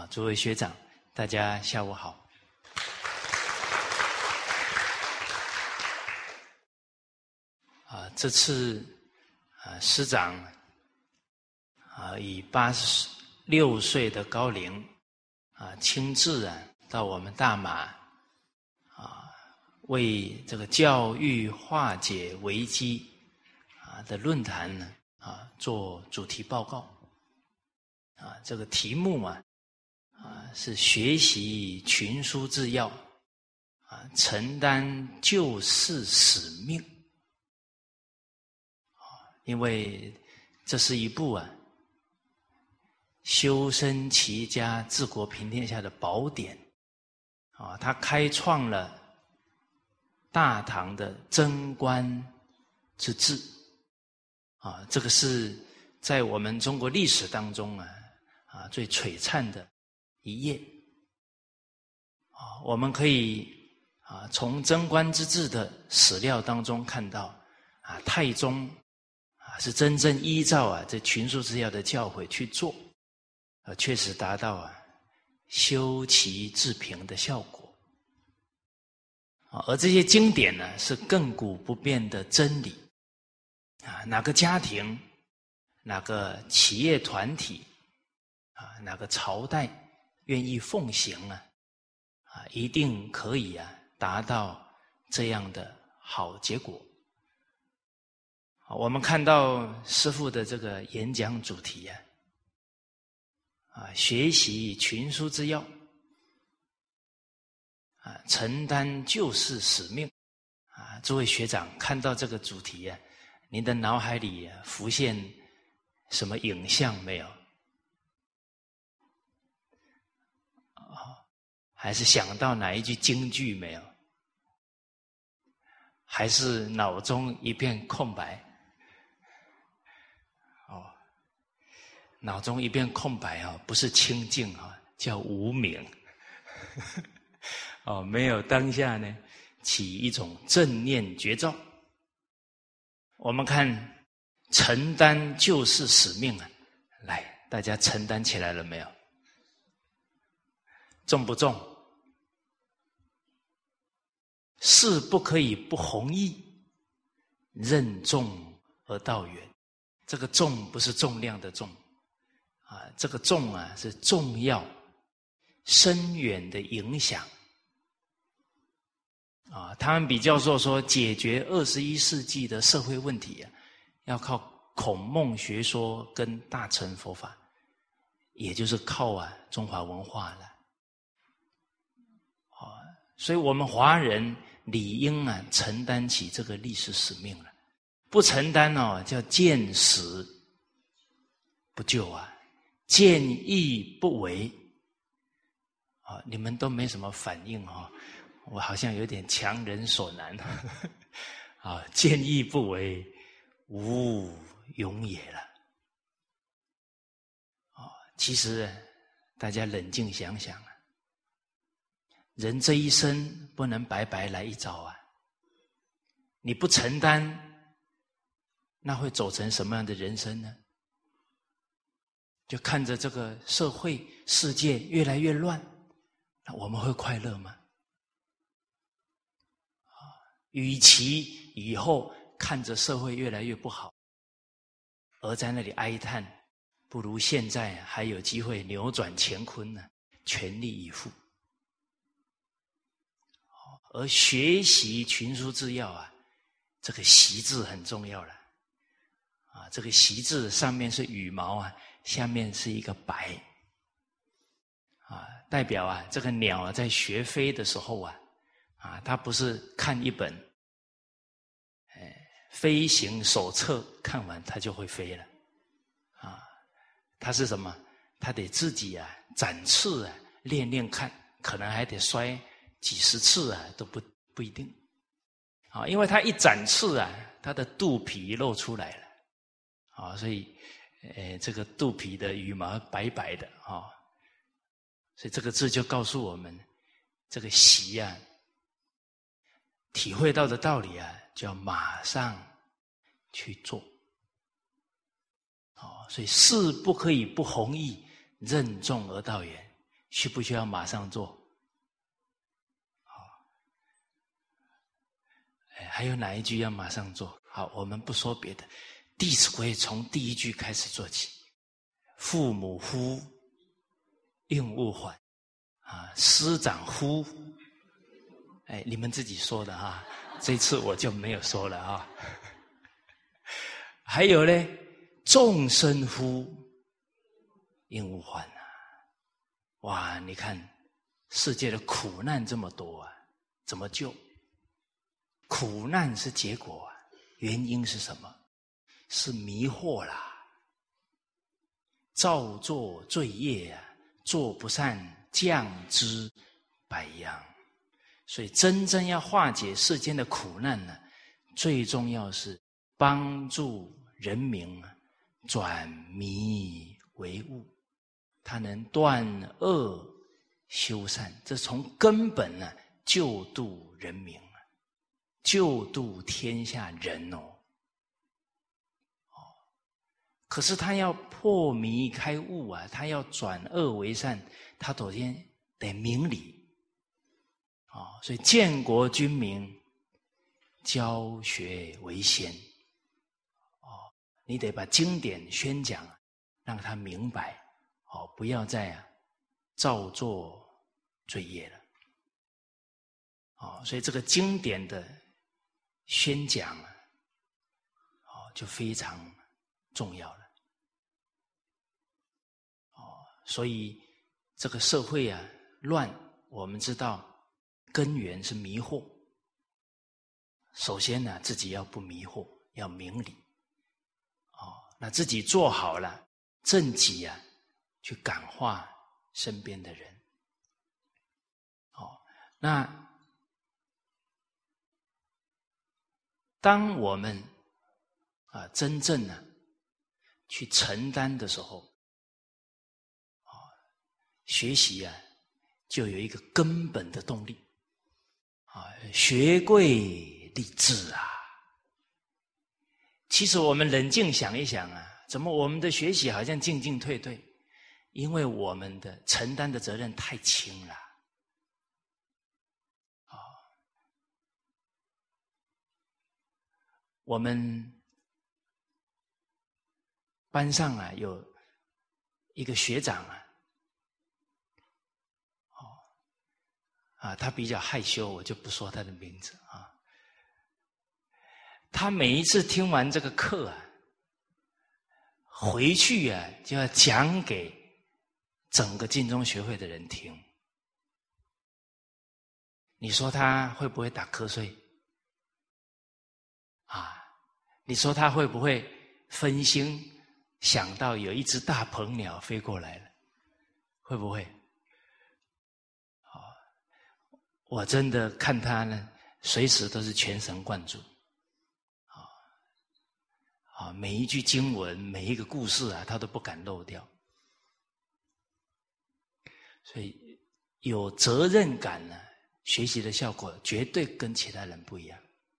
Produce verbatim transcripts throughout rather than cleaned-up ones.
诸位学长，大家下午好。啊，这次啊，师长啊，以八十六岁的高龄啊，亲自啊，到我们大马啊，为这个教育化解危机啊的论坛呢啊，做主题报告。啊，这个题目啊。啊，是学习群书治要，啊，承担救世使命。啊，因为这是一部啊修身齐家治国平天下的宝典。啊，它开创了大唐的贞观之治。啊，这个是在我们中国历史当中啊啊最璀璨的一页。啊，我们可以啊从贞观之治的史料当中看到，啊太宗啊是真正依照啊这群书治要的教诲去做，呃确实达到啊修齐治平的效果。啊，而这些经典呢是亘古不变的真理。啊，哪个家庭、哪个企业团体啊，哪个朝代愿意奉行啊，啊，一定可以啊达到这样的好结果。我们看到师父的这个演讲主题啊，啊，学习群书之要，啊，承担救世使命。啊，诸位学长看到这个主题啊，您的脑海里啊浮现什么影像没有？还是想到哪一句京剧没有？还是脑中一片空白？哦，脑中一片空白啊，不是清净啊，叫无明。哦，没有当下呢起一种正念觉照。我们看承担救世使命啊，来，大家承担起来了没有？重不重？事不可以不弘毅，任重而道远。这个重不是重量的重啊，这个重啊是重要、深远的影响。啊，他们比较说说解决二十一世纪的社会问题啊，要靠孔孟学说跟大乘佛法，也就是靠啊中华文化了。啊，所以我们华人理应啊承担起这个历史使命了，不承担哦叫见死不救啊，见义不为。啊，你们都没什么反应哦。我好像有点强人所难。啊，见义不为，无永也了。啊，其实大家冷静想想啊，人这一生不能白白来一遭啊！你不承担，那会走成什么样的人生呢？就看着这个社会世界越来越乱，那我们会快乐吗？与其以后看着社会越来越不好，而在那里哀叹，不如现在还有机会扭转乾坤呢，全力以赴。而学习群书治要啊，这个习字很重要了。啊，这个习字上面是羽毛啊，下面是一个白。啊，代表啊，这个鸟啊在学飞的时候啊，啊，它不是看一本飞行手册看完它就会飞了。啊，它是什么？它得自己啊展翅啊练练看，可能还得摔几十次啊都不不一定。啊，因为它一展翅啊，它的肚皮露出来了。啊，所以呃这个肚皮的羽毛白白的啊，所以这个字就告诉我们，这个习啊体会到的道理啊，就要马上去做。哦，所以事不可以不弘毅，任重而道远。 需不需要马上做？还有哪一句要马上做？好，我们不说别的，《弟子规》从第一句开始做起。父母呼，应勿缓。啊，师长呼，哎，你们自己说的啊，这次我就没有说了啊。还有呢，众生呼，应勿缓啊。哇，你看世界的苦难这么多啊，怎么救？苦难是结果啊，原因是什么？是迷惑啦，造作罪业啊，做不善，降之百殃。所以真正要化解世间的苦难呢，最重要是帮助人民转迷为悟，他能断恶修善，这从根本呢救度人民，救度天下人哦。可是他要破迷开悟啊，他要转恶为善，他首先得明理啊、哦。所以建国军民，教学为先哦，你得把经典宣讲，让他明白哦，不要再啊造作罪业了哦。所以这个经典的宣讲啊，哦，就非常重要了。哦，所以这个社会啊乱，我们知道根源是迷惑。首先呢，自己要不迷惑，要明理。哦，那自己做好了，正己啊，去感化身边的人。哦，那当我们啊真正呢去承担的时候，啊，学习啊就有一个根本的动力啊，学贵立志啊。其实我们冷静想一想啊，怎么我们的学习好像进进退退？因为我们的承担的责任太轻了。啊，我们班上啊有一个学长啊，哦，啊，他比较害羞，我就不说他的名字啊。他每一次听完这个课啊，回去啊就要讲给整个净宗学会的人听。你说他会不会打瞌睡？啊，你说他会不会分心，想到有一只大鹏鸟飞过来了？会不会？啊，我真的看他呢，随时都是全神贯注。啊，每一句经文，每一个故事啊，他都不敢漏掉。所以有责任感呢，学习的效果绝对跟其他人不一样。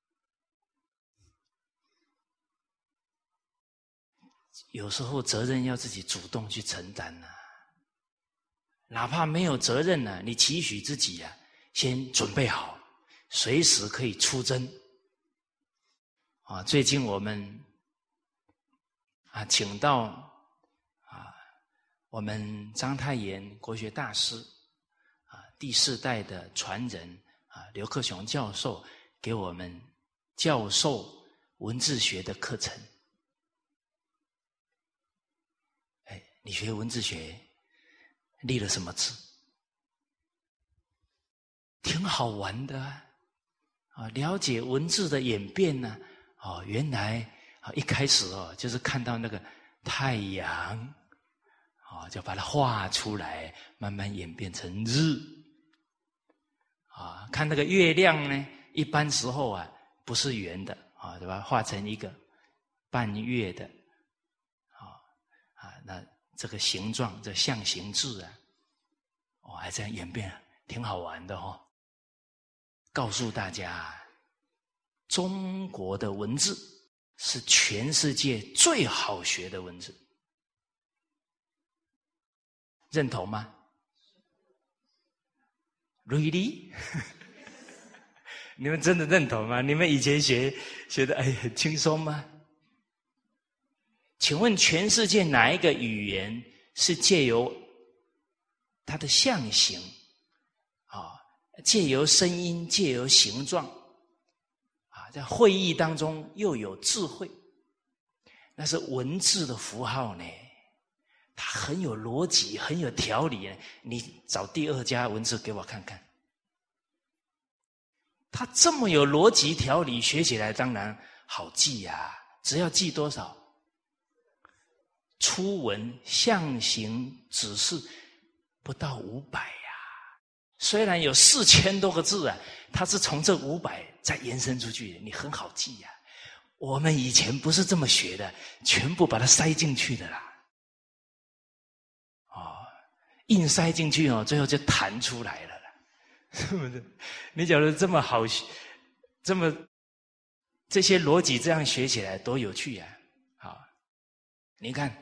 有时候责任要自己主动去承担呐、啊，哪怕没有责任呢、啊，你期许自己啊，先准备好，随时可以出征。啊，最近我们啊，请到啊，我们章太炎国学大师啊，第四代的传人啊，刘克雄教授给我们教授文字学的课程。哎，你学文字学立了什么字？挺好玩的啊！啊，了解文字的演变呢、啊？哦，原来啊，一开始哦，就是看到那个太阳，啊，就把它画出来，慢慢演变成日。啊，看那个月亮呢，一般时候啊不是圆的啊，对吧？画成一个半月的，啊啊，那这个形状，这象形字啊，哦，还这样演变，挺好玩的哦。告诉大家，中国的文字是全世界最好学的文字，认同吗？ Really？ 你们真的认同吗？你们以前学学的哎很轻松吗？请问全世界哪一个语言是借由它的象形啊，借由声音，借由形状啊，在会议当中又有智慧？那是文字的符号呢，它很有逻辑，很有条理。你找第二家文字给我看看。它这么有逻辑条理，学起来当然好记啊！只要记多少？初文象形指示不到五百呀。虽然有四千多个字啊，它是从这五百再延伸出去的，你很好记呀、啊。我们以前不是这么学的，全部把它塞进去的啦。哦，硬塞进去哦，最后就弹出来了。是不是？你假如这么好，这么这些逻辑这样学起来多有趣呀、啊！好，你看，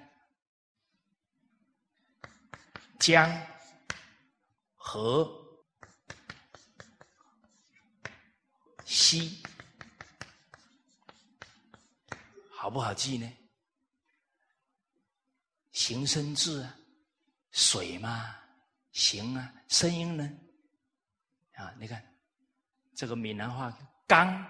江、河、溪，好不好记呢？形声字啊，水嘛，形啊，声音呢？啊，你看这个闽南话“江”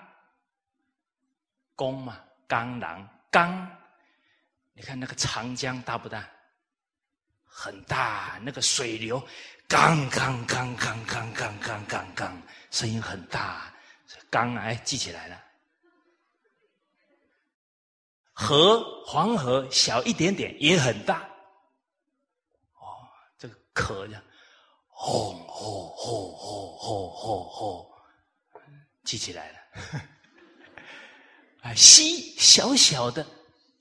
公嘛，江郎江，你看那个长江大不大？很大，那个水流，刚刚刚刚刚刚刚刚刚，声音很大，江哎记起来了。河黄河小一点点，也很大。哦，这个可的。吼吼吼吼吼吼吼，记起来了。啊，溪小小的，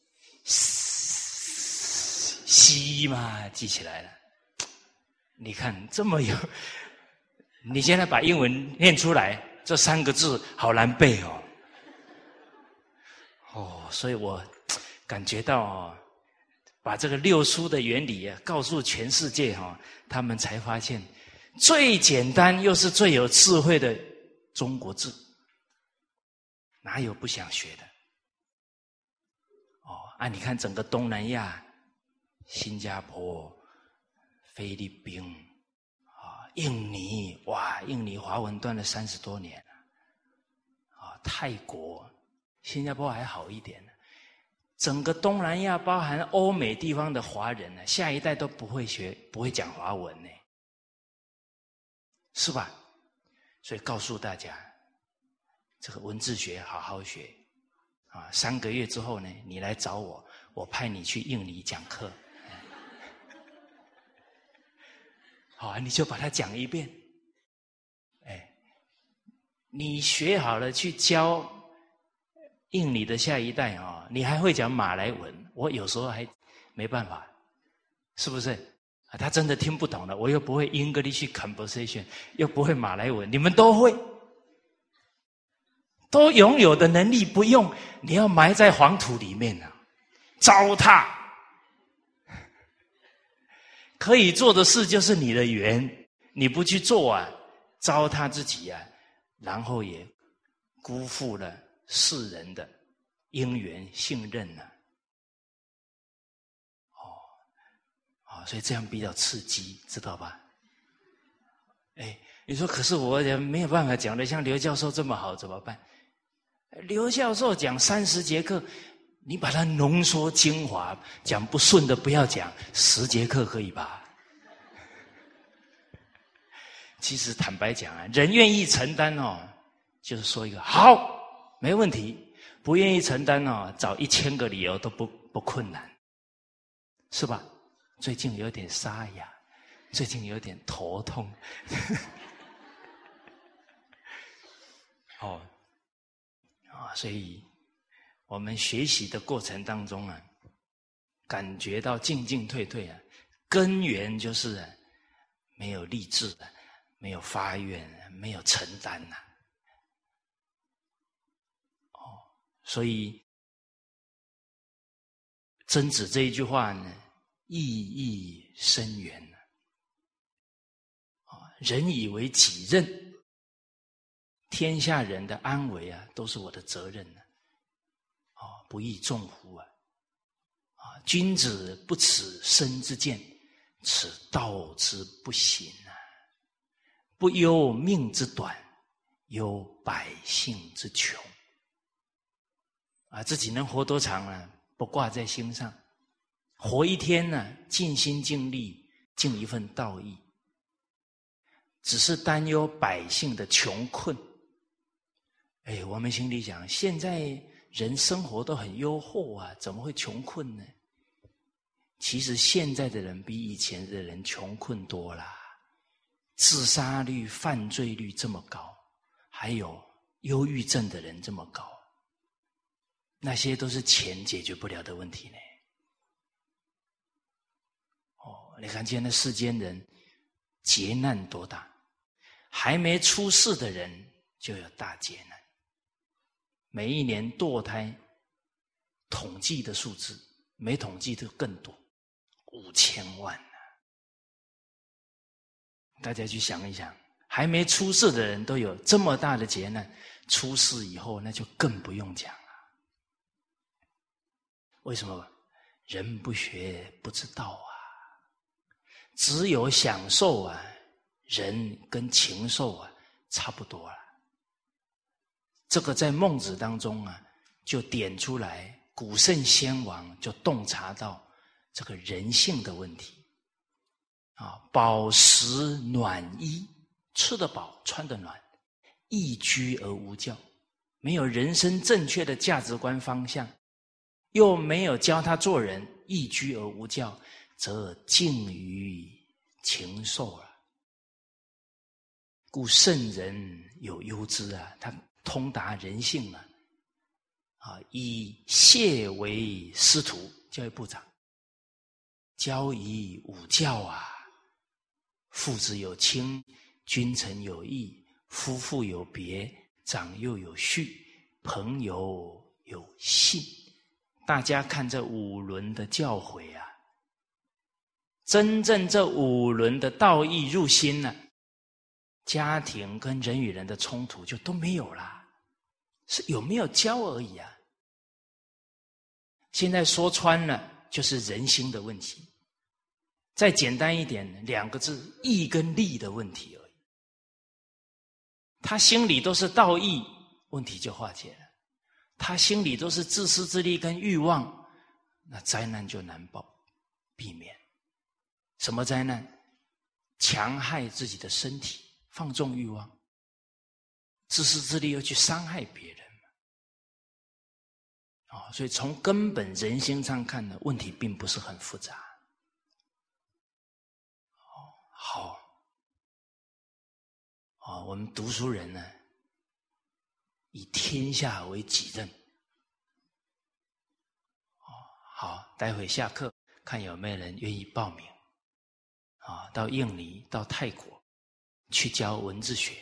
溪嘛，记起来了。你看这么有，你现在把英文念出来，这三个字好难背哦。哦，所以我感觉到哦。把这个六书的原理啊，告诉全世界哈、哦，他们才发现最简单又是最有智慧的中国字，哪有不想学的？哦，啊，你看整个东南亚，新加坡、菲律宾啊、印尼，哇，印尼华文断了三十多年了，啊，泰国、新加坡还好一点。整个东南亚包含欧美地方的华人呢，下一代都不会学，不会讲华文呢，是吧？所以告诉大家，这个文字学好好学啊！三个月之后呢，你来找我，我派你去印尼讲课，好啊，你就把它讲一遍。哎，你学好了去教印尼的下一代啊、哦，你还会讲马来文，我有时候还没办法，是不是？啊，他真的听不懂了，我又不会 English conversation， 又不会马来文，你们都会，都拥有的能力不用，你要埋在黄土里面啊，糟蹋。可以做的事就是你的缘，你不去做啊，糟蹋自己啊，然后也辜负了世人的因缘信任呢、啊，哦，啊、哦，所以这样比较刺激，知道吧？哎，你说可是我也没有办法讲的像刘教授这么好，怎么办？刘教授讲三十节课，你把它浓缩精华，讲不顺的不要讲，十节课可以吧？其实坦白讲啊，人愿意承担哦，就是说一个好。没问题，不愿意承担哦，找一千个理由都不不困难，是吧？最近有点沙哑，最近有点头痛，哦，啊，所以我们学习的过程当中啊，感觉到进进退退啊，根源就是啊，没有立志的，没有发愿，没有承担呐、啊。所以曾子这一句话呢，意义深远啊！ 人以为己任，天下人的安危啊，都是我的责任呢、啊。哦，不亦重乎啊！啊，君子不耻身之贱，此道之不行啊！不忧命之短，忧百姓之穷。啊，自己能活多长呢？不挂在心上，活一天呢，尽心尽力，尽一份道义。只是担忧百姓的穷困。哎，我们心里想，现在人生活都很优厚啊，怎么会穷困呢？其实现在的人比以前的人穷困多啦，自杀率、犯罪率这么高，还有忧郁症的人这么高，那些都是钱解决不了的问题呢。哦，你看现在世间人劫难多大，还没出世的人就有大劫难。每一年堕胎统计的数字，没统计的更多，五千万啊！大家去想一想，还没出世的人都有这么大的劫难，出世以后那就更不用讲了。为什么？人不学不知道啊！只有享受啊，人跟禽兽啊差不多了。这个在孟子当中啊，就点出来，古圣先王就洞察到这个人性的问题啊，饱食暖衣，吃得饱，穿得暖，易居而无教，没有人生正确的价值观方向，又没有教他做人，易居而无教，则近于禽兽了。故圣人有攸之啊，他通达人性了啊，以谢为师徒，教育部长，教以五教啊，父子有亲，君臣有义，夫妇有别，长幼有序，朋友有信。大家看这五伦的教诲啊，真正这五伦的道义入心了、啊，家庭跟人与人的冲突就都没有啦，是有没有教而已啊。现在说穿了就是人心的问题，再简单一点，两个字，义跟利的问题而已。他心里都是道义，问题就化解了；他心里都是自私自利跟欲望，那灾难就难保避免。什么灾难？强害自己的身体，放纵欲望，自私自利又去伤害别人。哦，所以从根本人心上看呢，问题并不是很复杂。哦，好，哦，我们读书人呢，以天下为己任。哦，好，待会下课看有没有人愿意报名，啊，到印尼、到泰国去教文字学。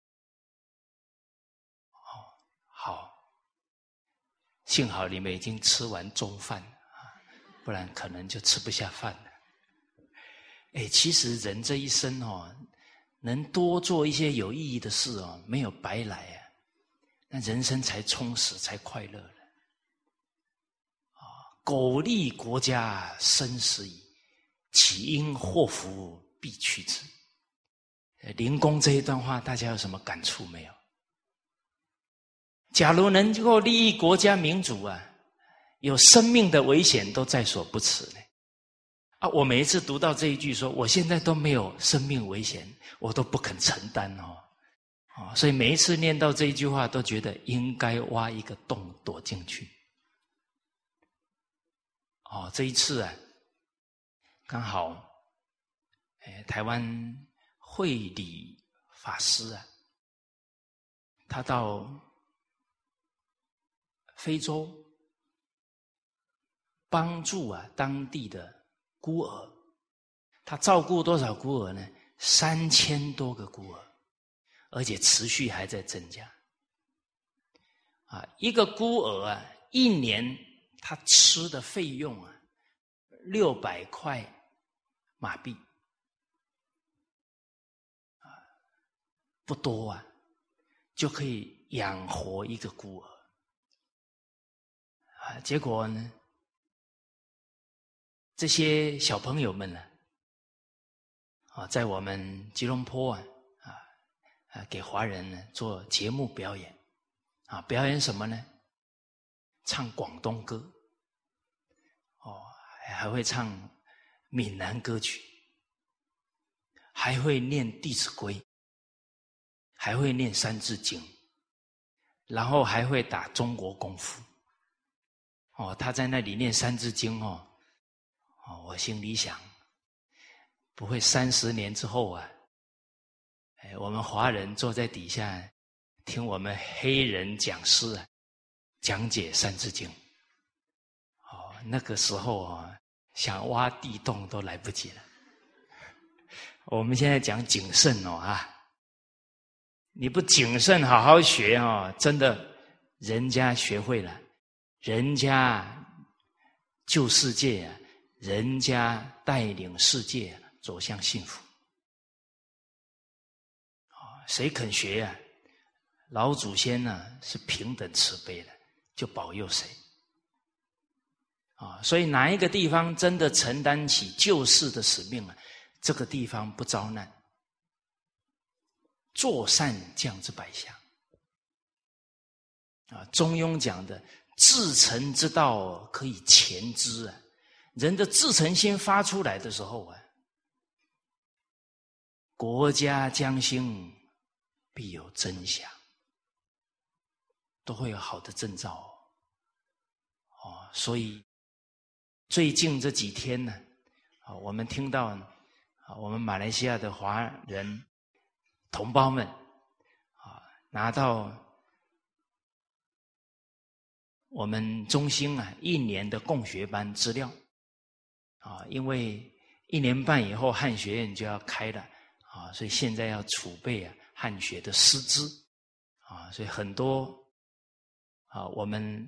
哦，好。幸好你们已经吃完中饭啊，不然可能就吃不下饭了。哎，其实人这一生哦，能多做一些有意义的事哦，没有白来啊，那人生才充实，才快乐了。啊，苟利国家生死以，岂因祸福避趋之。灵公这一段话，大家有什么感触没有？假如能够利益国家民族啊，有生命的危险都在所不辞呢。啊，我每一次读到这一句说，我现在都没有生命危险，我都不肯承担哦。哦，所以每一次念到这一句话，都觉得应该挖一个洞躲进去。哦，这一次啊，刚好，哎，台湾慧理法师啊，他到非洲帮助啊当地的孤儿，他照顾多少孤儿呢？三千多个孤儿，而且持续还在增加。啊，一个孤儿啊，一年他吃的费用啊，六百块马币。 不多啊，就可以养活一个孤儿啊。结果呢，这些小朋友们呢，啊，在我们吉隆坡啊啊啊，给华人呢做节目表演啊，表演什么呢？唱广东歌，哦，还会唱闽南歌曲，还会念《弟子规》，还会念《三字经》，然后还会打中国功夫。哦，他在那里念《三字经》哦，哦，我心里想，不会三十年之后啊，哎，我们华人坐在底下听我们黑人讲师啊讲解《三字经》。哦，那个时候啊，想挖地洞都来不及了。我们现在讲谨慎哦啊，你不谨慎好好学哦，真的，人家学会了，人家救世界啊，人家带领世界走向幸福。谁肯学呀、啊？老祖先呢是平等慈悲的，就保佑谁。啊，所以哪一个地方真的承担起救世的使命啊，这个地方不遭难，做善降之百祥。啊，中庸讲的至诚之道可以前之啊，人的至诚心发出来的时候啊，国家将兴必有真祥，都会有好的征兆哦。所以最近这几天呢，啊，我们听到啊，我们马来西亚的华人同胞们啊，拿到我们中心啊一年的共学班资料啊，因为一年半以后汉学院就要开了啊，所以现在要储备啊汉学的师资啊，所以很多啊我们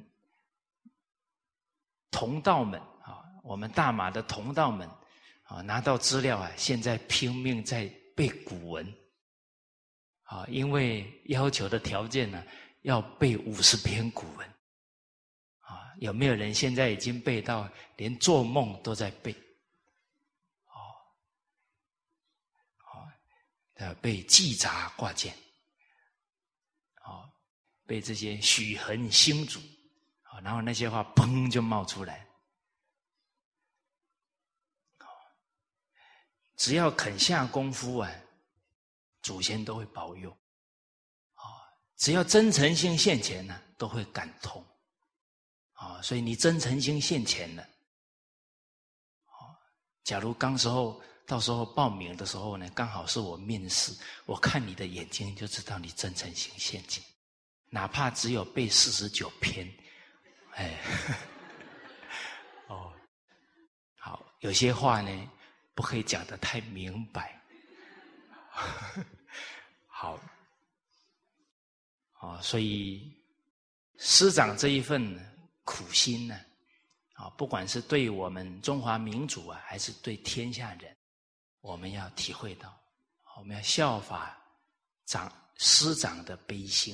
同道们啊，我们大马的同道们啊，拿到资料啊，现在拼命在背古文啊，因为要求的条件呢，要背五十篇古文啊，有没有人现在已经背到连做梦都在背？哦，哦，呃，背季札卦简，哦，背这些许衡星主，啊，然后那些话砰就冒出来。只要肯下功夫啊，祖先都会保佑。啊，只要真诚心现前呢，都会感通。啊，所以你真诚心现前了，啊，假如当时候到时候报名的时候呢，刚好是我面试，我看你的眼睛就知道你真诚心现前，哪怕只有背四十九篇，哎，哦，好，有些话呢不可以讲得太明白，好，啊，所以师长这一份苦心呢，啊，不管是对我们中华民族啊，还是对天下人，我们要体会到，我们要效法长师长的悲心，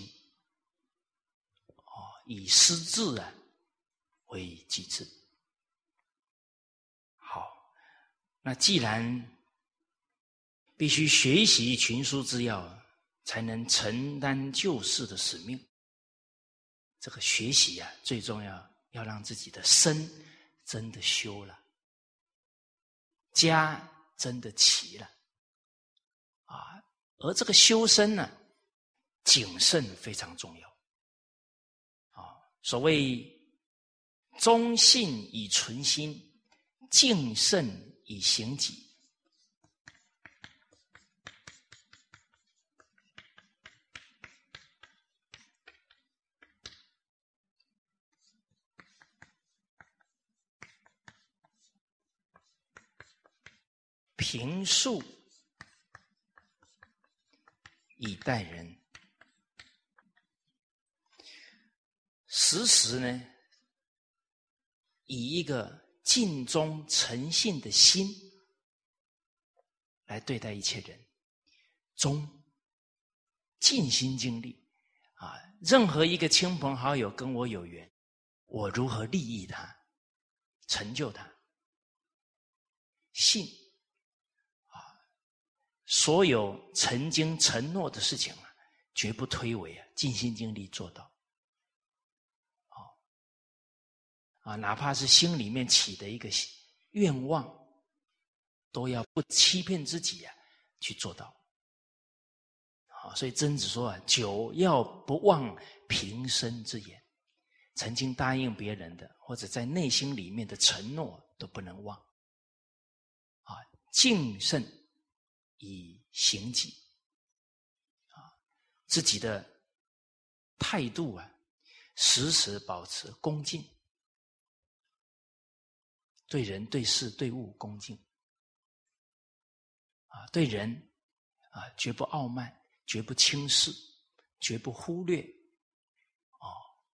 哦，以师治啊为己志。好，那既然必须学习群书之要，才能承担救世的使命。这个学习啊，最重要要让自己的身真的修了，家真的齐了啊。而这个修身呢，谨慎非常重要啊。所谓忠信以存心，敬慎以行己。平素以待人，时时呢，以一个尽忠诚信的心来对待一切人。忠尽心尽力啊！任何一个亲朋好友跟我有缘，我如何利益他，成就他？信啊，所有曾经承诺的事情啊，绝不推诿啊，尽心尽力做到。啊，哪怕是心里面起的一个愿望，都要不欺骗自己啊，去做到。啊，所以曾子说啊，久要不忘平生之言，曾经答应别人的，或者在内心里面的承诺都不能忘。啊，谨慎以行己。啊，自己的态度啊，时时保持恭敬。对人对事对物恭敬啊，对人啊绝不傲慢，绝不轻视，绝不忽略哦。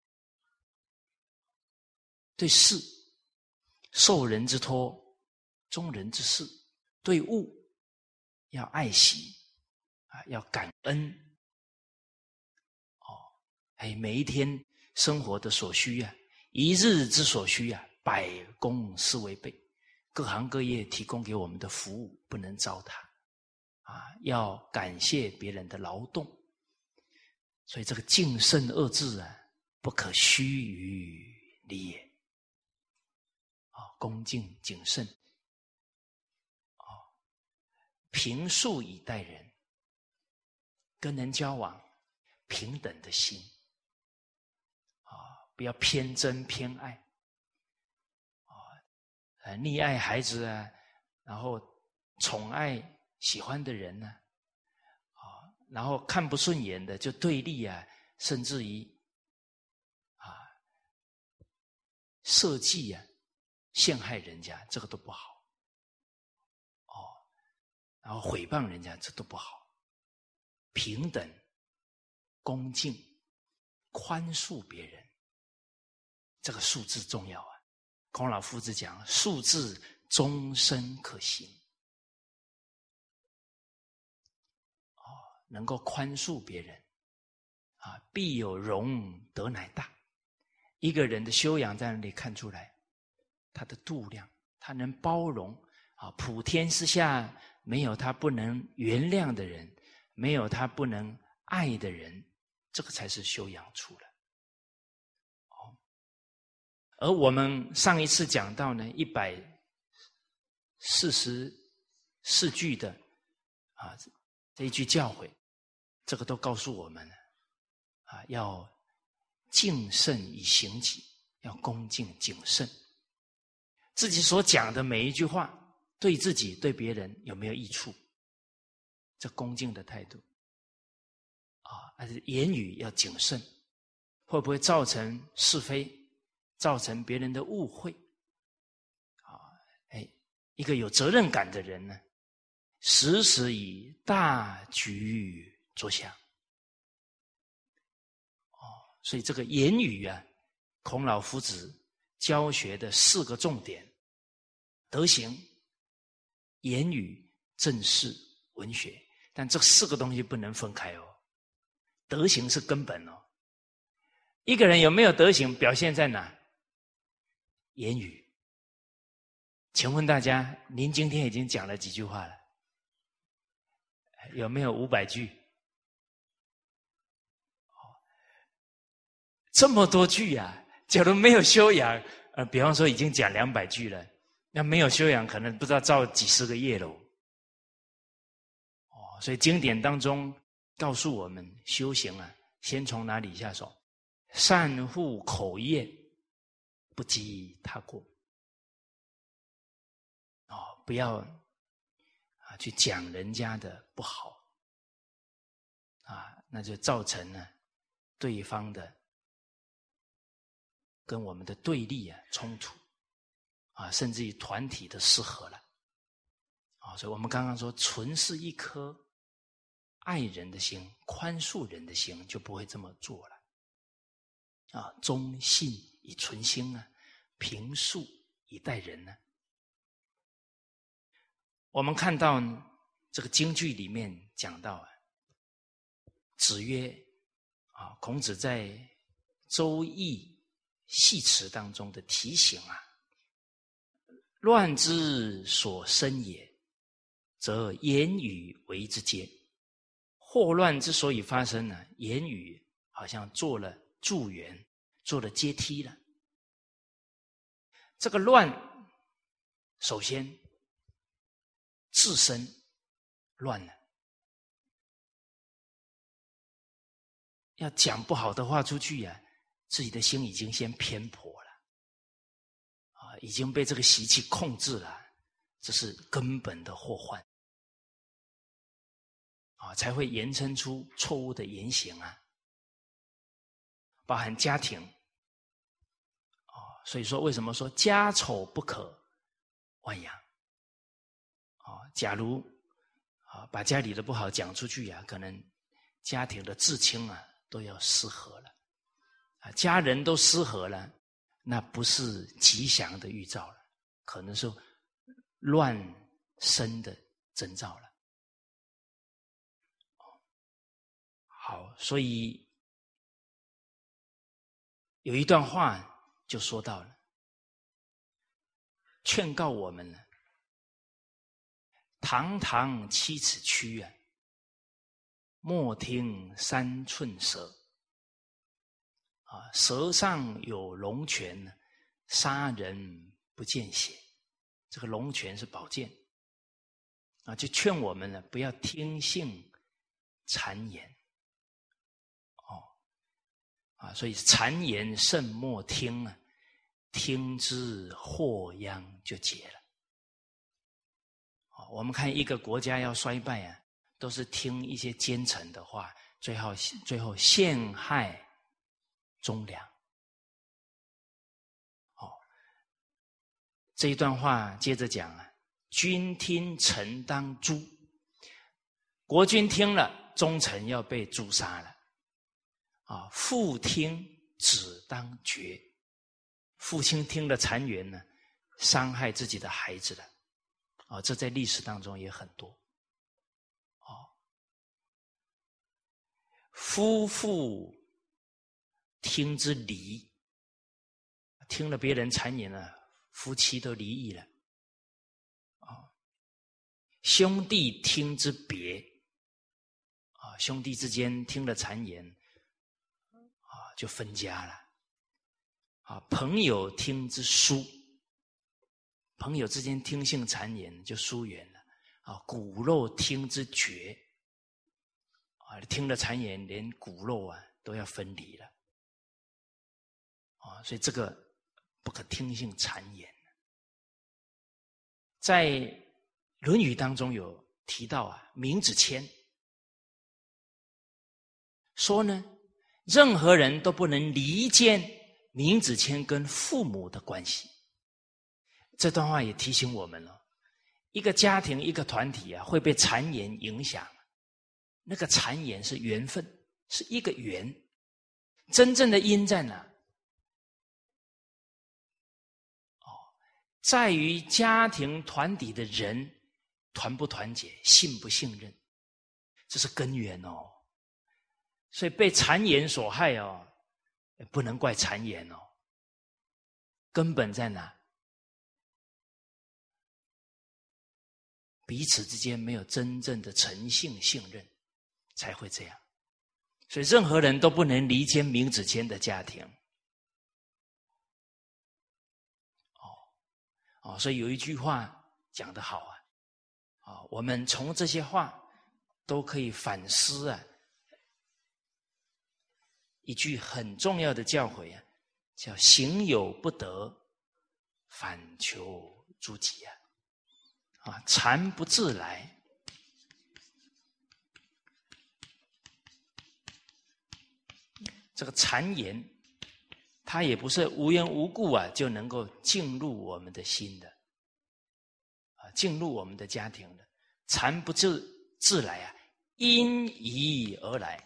对事受人之托，忠人之事；对物要爱惜啊，要感恩哦。哎，每一天生活的所需啊，一日之所需啊，百公司为备，各行各业提供给我们的服务不能糟蹋啊！要感谢别人的劳动，所以这个谨慎二字啊，不可虚于理也。啊，恭敬谨慎，啊，平素以待人，跟人交往平等的心，啊，不要偏憎偏爱。呃，溺爱孩子啊，然后宠爱喜欢的人呢、啊，啊，然后看不顺眼的就对立啊，甚至于啊设计啊陷害人家，这个都不好。哦，然后诽谤人家，这都不好。平等、恭敬、宽恕别人，这个素质重要啊。孔老夫子讲，素质终身可行。哦，能够宽恕别人啊，必有容德乃大。一个人的修养在那里看出来，他的度量，他能包容啊，普天之下没有他不能原谅的人，没有他不能爱的人，这个才是修养出来。而我们上一次讲到呢，一百四十四句的啊这一句教诲，这个都告诉我们啊，要谨慎以行己，要恭敬谨慎。自己所讲的每一句话，对自己对别人有没有益处？这恭敬的态度啊，还是言语要谨慎，会不会造成是非？造成别人的误会啊！哎，一个有责任感的人呢，时时以大局着想。哦，所以这个言语啊，孔老夫子教学的四个重点：德行、言语、政事、文学。但这四个东西不能分开哦。德行是根本哦。一个人有没有德行，表现在哪？言语。请问大家，您今天已经讲了几句话了？有没有五百句？这么多句啊！假如没有修养，呃，比方说已经讲两百句了，那没有修养，可能不知道造几十个业喽。哦，所以经典当中告诉我们，修行啊，先从哪里下手？善护口业，不积他过。哦，不要啊去讲人家的不好，啊，那就造成了对方的跟我们的对立啊冲突，啊，甚至于团体的失和了。啊，所以我们刚刚说，纯是一颗爱人的心、宽恕人的心，就不会这么做了。啊，忠信以存心啊，平素以待人呢、啊。我们看到这个京剧里面讲到啊， 子曰啊，孔子在《周易》系辞当中的提醒啊，乱之所生也，则言语为之阶。祸乱之所以发生呢，言语好像做了助缘，做了阶梯了。这个乱，首先自身乱了，要讲不好的话出去啊，自己的心已经先偏颇了，啊，已经被这个习气控制了，这是根本的祸患，啊，才会延伸出错误的言行啊，包含家庭，啊，所以说为什么说家丑不可外扬，啊，假如啊把家里的不好讲出去啊，可能家庭的至亲啊都要失和了，啊，家人都失和了，那不是吉祥的预兆了，可能是乱生的征兆了。好，所以有一段话就说到了，劝告我们呢，堂堂七尺躯啊，莫听三寸舌。啊，舌上有龙泉，杀人不见血。这个龙泉是宝剑啊，就劝我们呢，不要听信谗言。哦，啊，所以谗言慎莫听啊，听之祸殃就结了。哦，我们看一个国家要衰败啊，都是听一些奸臣的话，最后最后陷害忠良。哦，这一段话接着讲啊，君听臣当诛，国君听了，忠臣要被诛杀了。啊，父听子当绝，父亲听了谗言呢，伤害自己的孩子了。啊，这在历史当中也很多。哦，夫妇听之离，听了别人谗言了，夫妻都离异了。啊，兄弟听之别，啊，兄弟之间听了谗言，啊，就分家了。啊，朋友听之疏，朋友之间听信谗言就疏远了。啊，骨肉听之绝，啊，听了谗言，连骨肉啊都要分离了。啊，所以这个不可听信谗言。在《论语》当中有提到啊，闵子骞说呢，任何人都不能离间闵子骞跟父母的关系。这段话也提醒我们了，一个家庭一个团体啊，会被谗言影响，那个谗言是缘分，是一个缘，真正的因在哪？在于家庭团体的人团不团结，信不信任，这是根源哦。所以被谗言所害哦，不能怪谗言哦，根本在哪？彼此之间没有真正的诚信信任，才会这样。所以任何人都不能离间闵子骞的家庭。哦，所以有一句话讲得好啊，啊，我们从这些话都可以反思啊，一句很重要的教诲啊，叫行有不得，反求诸己啊，啊，谗不自来，这个谗言它也不是无缘无故啊就能够进入我们的心的，啊，进入我们的家庭的。谗不自自来啊，因疑而来。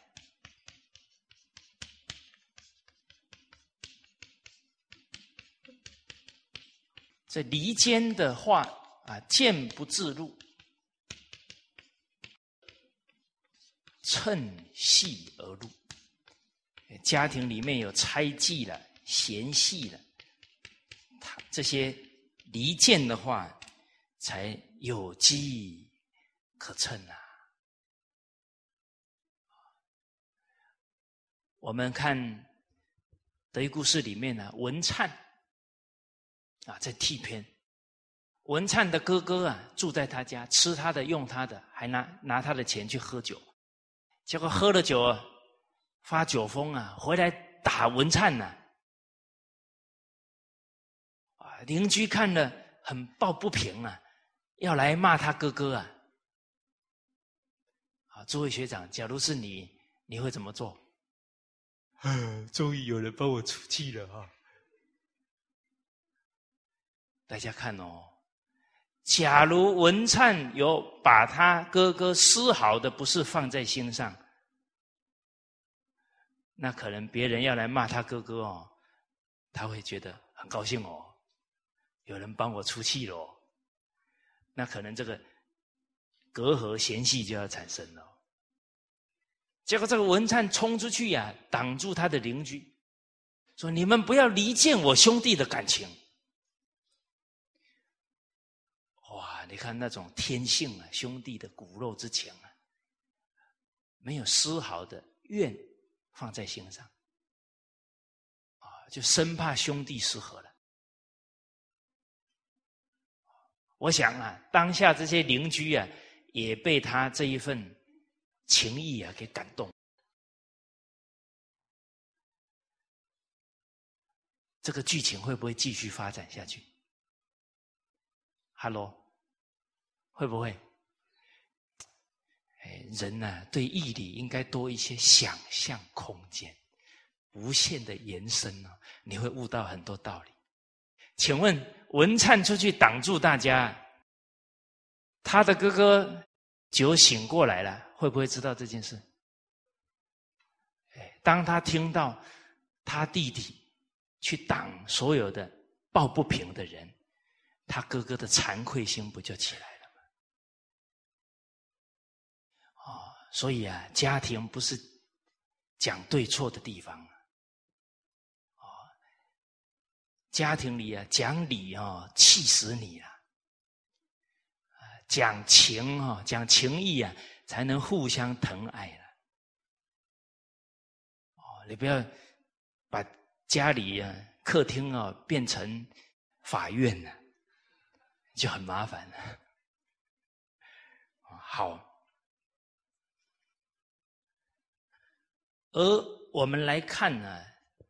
这离间的话啊，见不自入， 趁隙而入。家庭里面有猜忌了、嫌隙了，他这些离间的话，才有机可乘啊。我们看德育故事里面呢、啊，文灿啊，在替篇，文灿的哥哥啊，住在他家，吃他的，用他的，还拿拿他的钱去喝酒，结果喝了酒啊，发酒疯啊，回来打文灿呢、啊，啊，邻居看了很抱不平啊，要来骂他哥哥啊。啊，诸位学长，假如是你，你会怎么做？终于有人帮我出气了啊！大家看哦，假如文灿有把他哥哥丝毫的不是放在心上，那可能别人要来骂他哥哥哦，他会觉得很高兴哦，有人帮我出气了哦，那可能这个隔阂嫌隙就要产生了。结果这个文灿冲出去呀、啊，挡住他的邻居，说：“你们不要离间我兄弟的感情。”哇，你看那种天性啊，兄弟的骨肉之情啊，没有丝毫的怨放在心上，啊，就生怕兄弟失和了。我想啊，当下这些邻居啊，也被他这一份情谊啊给感动。这个剧情会不会继续发展下去 ？Hello， 会不会？哎，人呢、啊，对义理应该多一些想象空间，无限的延伸哦，你会悟到很多道理。请问文灿出去挡住大家，他的哥哥酒醒过来了，会不会知道这件事？当他听到他弟弟去挡所有的抱不平的人，他哥哥的惭愧心不就起来了吗？哦，所以啊，家庭不是讲对错的地方哦，家庭里啊讲理哦，气死你了。讲情啊，讲情义啊，才能互相疼爱了。哦，你不要把家里啊、客厅啊变成法院了，就很麻烦了。好，而我们来看呢，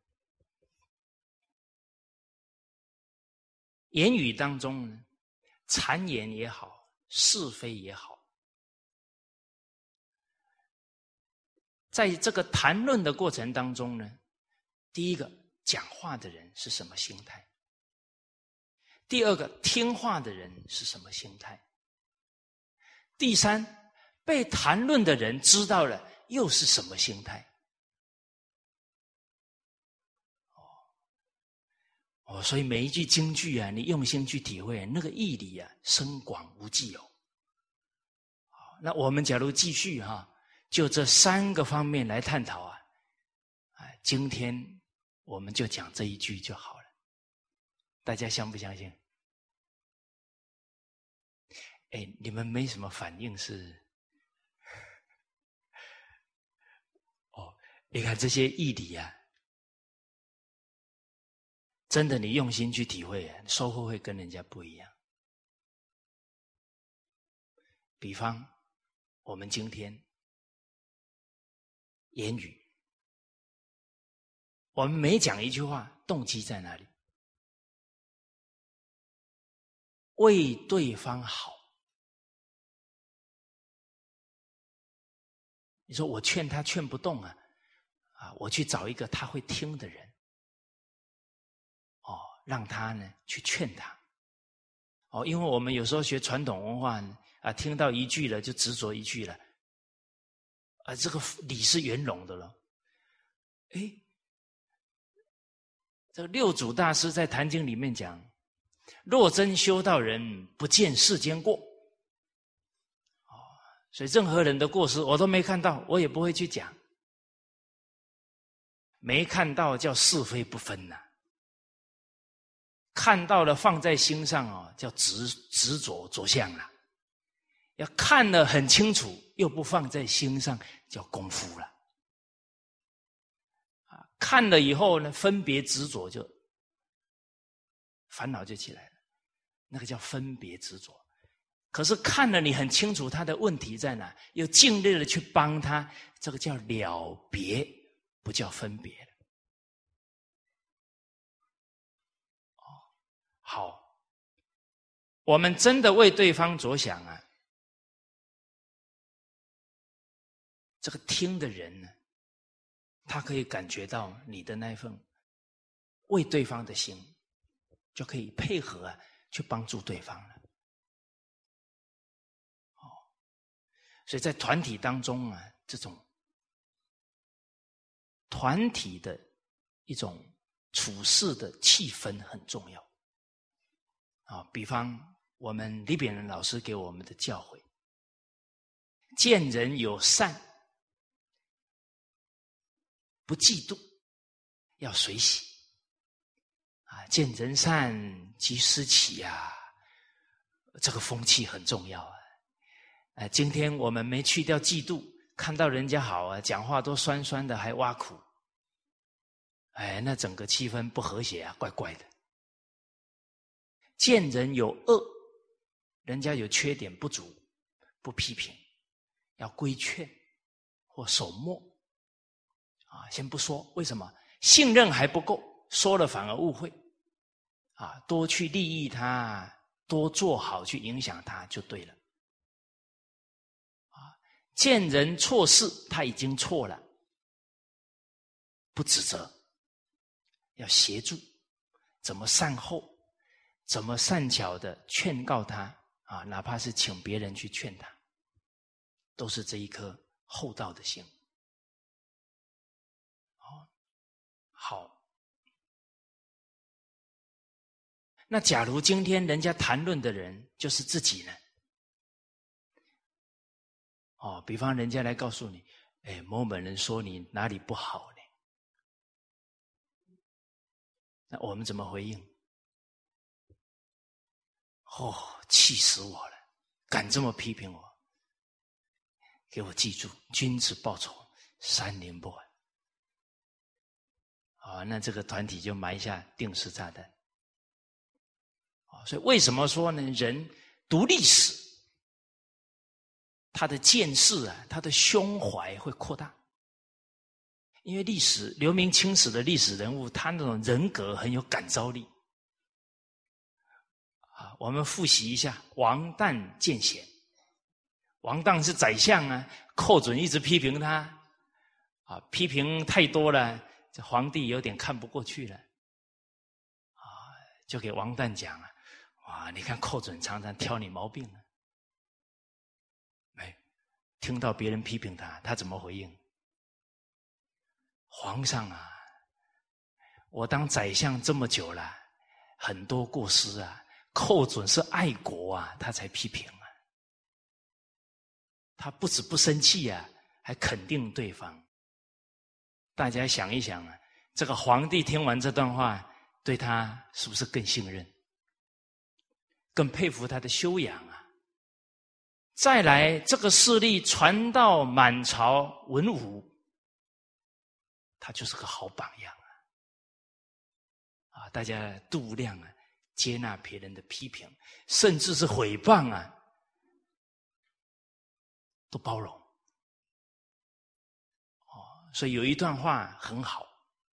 言语当中呢，谗言也好，是非也好，在这个谈论的过程当中呢，第一个讲话的人是什么心态？第二个听话的人是什么心态？第三，被谈论的人知道了又是什么心态？哦，所以每一句京剧啊，你用心去体会，那个义理啊，深广无际哦。那我们假如继续哈、啊，就这三个方面来探讨啊，啊，今天我们就讲这一句就好了。大家相不相信？哎，你们没什么反应是？哦，你看这些义理啊，真的你用心去体会，收获会跟人家不一样。比方我们今天言语，我们每讲一句话，动机在哪里？为对方好。你说我劝他劝不动啊，啊，我去找一个他会听的人，哦，让他呢去劝他。哦，因为我们有时候学传统文化啊，听到一句了就执着一句了，啊，这个理是圆融的了。哎，这个六祖大师在《坛经》里面讲：若真修道人，不见世间过。哦， 所以任何人的过失我都没看到，我也不会去讲。没看到叫是非不分呐、啊，看到了放在心上哦，叫执执着着相了。要看了很清楚，又不放在心上，叫功夫了。啊，看了以后呢，分别执着就烦恼就起来了，那个叫分别执着。可是看了你很清楚他的问题在哪，又尽力的去帮他，这个叫了别，不叫分别了。哦，好，我们真的为对方着想啊，这个听的人呢，他可以感觉到你的那份为对方的心，就可以配合啊，去帮助对方了。哦，所以在团体当中啊，这种团体的一种处事的气氛很重要。啊，比方我们李炳仁老师给我们的教诲，见人有善，不嫉妒，要随喜。啊，见人善即思齐啊，这个风气很重要啊。啊，今天我们没去掉嫉妒，看到人家好啊，讲话都酸酸的，还挖苦，哎，那整个气氛不和谐啊，怪怪的。见人有恶，人家有缺点不足，不批评，要规劝或守默。啊，先不说，为什么？信任还不够，说了反而误会。啊，多去利益他，多做好去影响他就对了。啊，见人错事，他已经错了，不指责，要协助，怎么善后，怎么善巧的劝告他啊，哪怕是请别人去劝他，都是这一颗厚道的心。哦，好。那假如今天人家谈论的人就是自己呢？哦，比方人家来告诉你，哎，某某人说你哪里不好呢？那我们怎么回应？哦，气死我了！敢这么批评我？给我记住，君子报仇，三年不晚。哦，那这个团体就埋下定时炸弹。所以为什么说呢？人读历史，他的见识啊，他的胸怀会扩大。因为历史留名青史的历史人物，他那种人格很有感召力。啊，我们复习一下王旦见贤。王旦是宰相啊，寇准一直批评他，啊，批评太多了，这皇帝有点看不过去了，啊，就给王旦讲啊。哇，你看寇准常常挑你毛病啊！哎，听到别人批评他，他怎么回应？皇上啊，我当宰相这么久了，很多过失啊，寇准是爱国啊，他才批评啊。他不止不生气啊，还肯定对方。大家想一想啊，这个皇帝听完这段话，对他是不是更信任？更佩服他的修养啊！再来，这个势力传到满朝文武，他就是个好榜样啊！啊，大家度量啊，接纳别人的批评，甚至是诽谤啊，都包容。哦，所以有一段话很好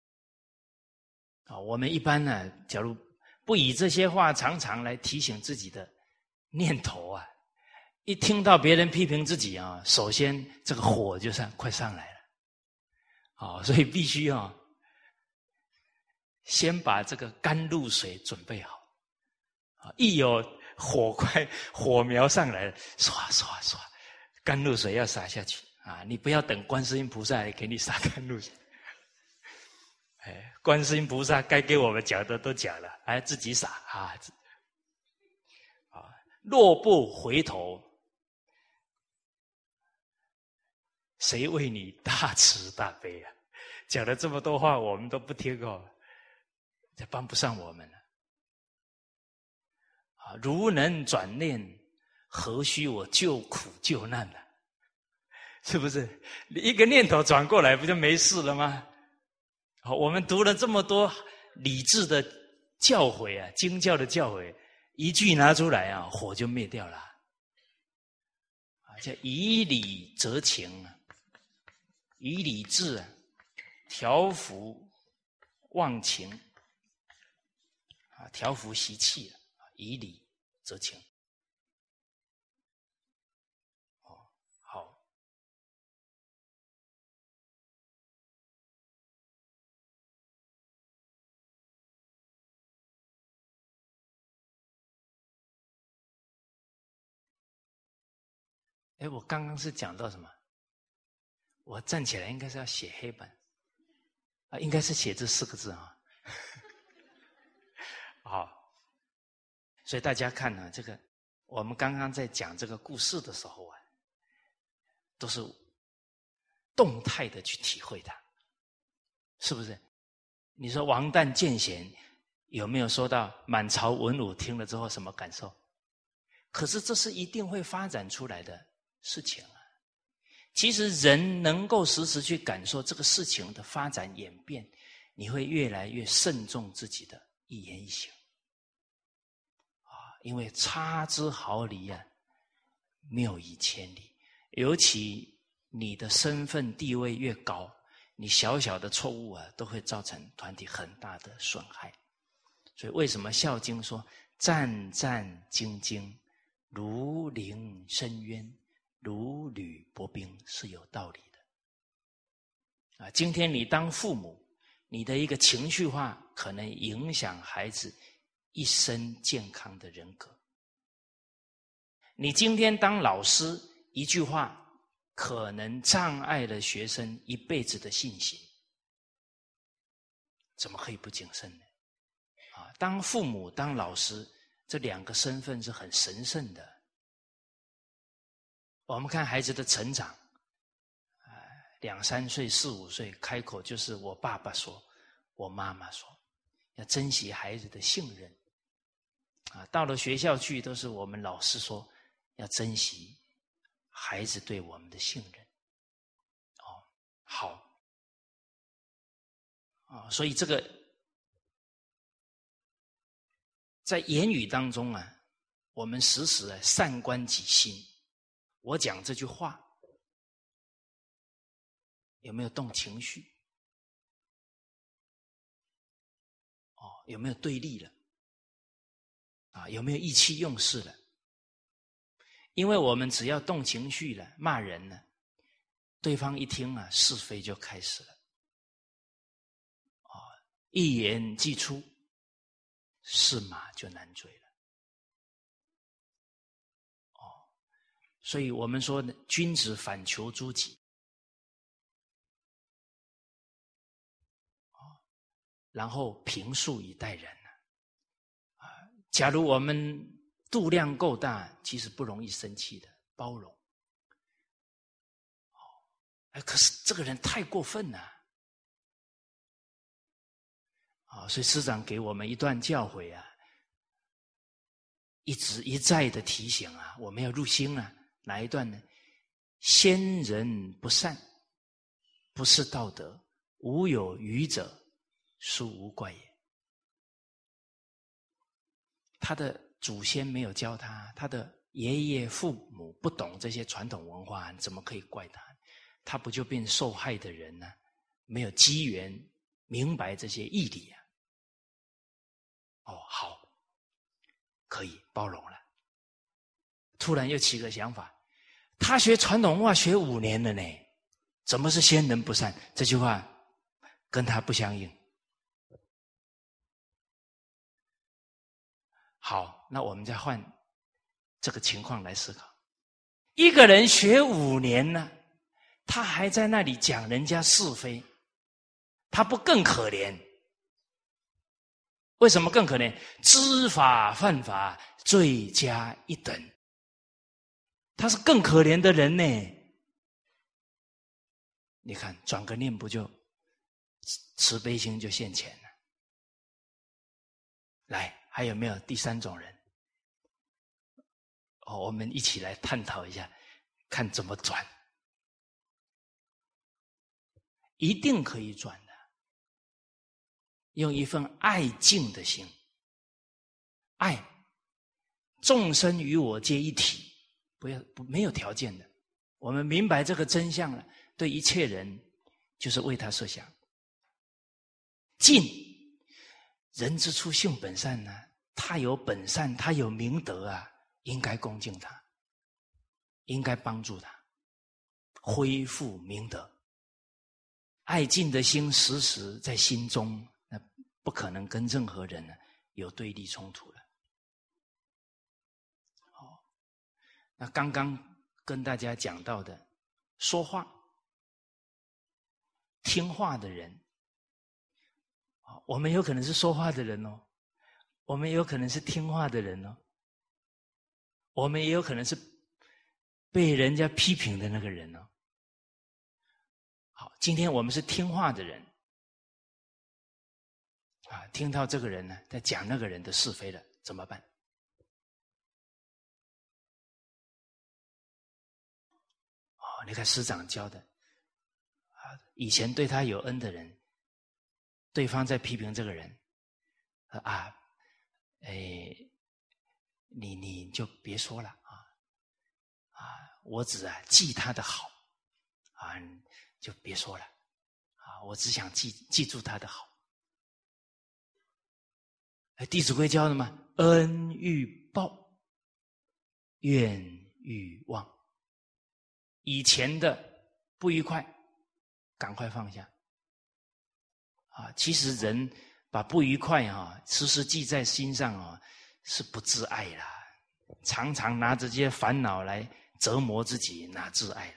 啊，我们一般呢，假如不以这些话常常来提醒自己的念头啊，一听到别人批评自己啊，首先这个火就上快上来了。好，所以必须啊，先把这个甘露水准备好。一有火快火苗上来了，唰唰唰，甘露水要洒下去啊！你不要等观世音菩萨来给你洒甘露水。哎，观世音菩萨该给我们讲的都讲了，还自己洒啊！啊，若不回头， 谁为你大慈大悲啊？讲了这么多话，我们都不听哦，这帮不上我们了。啊，如能转念，何须我救苦救难呢？是不是？你一个念头转过来，不就没事了吗？好，我们读了这么多理智的教诲啊，经教的教诲，一句拿出来啊，火就灭掉了。啊，叫以理则情啊，以理治啊，调伏忘情啊，调伏习气啊，以理则情。哦，好。哎，我刚刚是讲到什么？我站起来应该是要写黑板啊，应该是写这四个字啊。好，所以大家看呢、啊，这个我们刚刚在讲这个故事的时候啊，都是动态的去体会它，是不是？你说王旦见贤有没有说到满朝文武听了之后什么感受？可是这是一定会发展出来的事情啊。其实人能够时时去感受这个事情的发展演变，你会越来越慎重自己的一言一行啊，因为差之毫厘啊，谬以千里。尤其你的身份地位越高，你小小的错误啊，都会造成团体很大的损害。所以为什么《孝经》说战战兢兢，如临深渊，如履薄冰，是有道理的啊。今天你当父母，你的一个情绪化可能影响孩子一生健康的人格。你今天当老师，一句话可能障碍了学生一辈子的信心，怎么可以不谨慎呢？啊，当父母当老师，这两个身份是很神圣的。我们看孩子的成长，呃，两三岁、四五岁，开口就是我爸爸说，我妈妈说，要珍惜孩子的信任。啊，到了学校去，都是我们老师说，要珍惜孩子对我们的信任。哦，好，啊，所以这个在言语当中啊，我们时时啊善观己心。我讲这句话有没有动情绪？哦，有没有对立了？啊，有没有意气用事了？因为我们只要动情绪了，骂人了，对方一听啊，是非就开始了。啊，一言既出，驷马就难追了。所以我们说呢，君子反求诸己，然后平素以待人啊。假如我们度量够大，其实不容易生气的，包容。哎，可是这个人太过分了啊！所以师长给我们一段教诲啊，一直一再的提醒啊，我们要入心啊。哪一段呢？先人不善，不是道德，无有愚者，殊无怪也。他的祖先没有教他，他的爷爷父母不懂这些传统文化，怎么可以怪他？他不就变受害的人呢？没有机缘明白这些义理啊。哦，好，可以包容了。突然又起个想法，他学传统文化学五年了呢，怎么是先人不善？这句话跟他不相应。好，那我们再换这个情况来思考。一个人学五年呢，他还在那里讲人家是非，他不更可怜？为什么更可怜？知法犯法，罪加一等。他是更可怜的人呢。 你看转个念不就慈悲心就现前了？来，还有没有第三种人？哦，我们一起来探讨一下，看怎么转。一定可以转的，用一份爱敬的心，爱众生与我皆一体，不要不没有条件的。我们明白这个真相了，对一切人就是为他设想。敬，人之初性本善呢、啊，他有本善，他有明德啊，应该恭敬他，应该帮助他恢复明德。爱敬的心时时在心中，那不可能跟任何人呢有对立冲突了。哦，那刚刚跟大家讲到的，说话听话的人，我们有可能是说话的人哦，我们也有可能是听话的人哦，我们也有可能是被人家批评的那个人哦。好，今天我们是听话的人啊，听到这个人呢在讲那个人的是非了，怎么办？哦，你看师长教的啊，以前对他有恩的人，对方在批评这个人啊，哎，你你就别说了啊啊，我只啊记他的好啊。就别说了啊！我只想记记住他的好。哎，《弟子规》教的嘛，恩欲报，怨欲忘。以前的不愉快，赶快放下。啊，其实人把不愉快啊时时记在心上啊，是不自爱啦。常常拿着这些烦恼来折磨自己，哪自爱了？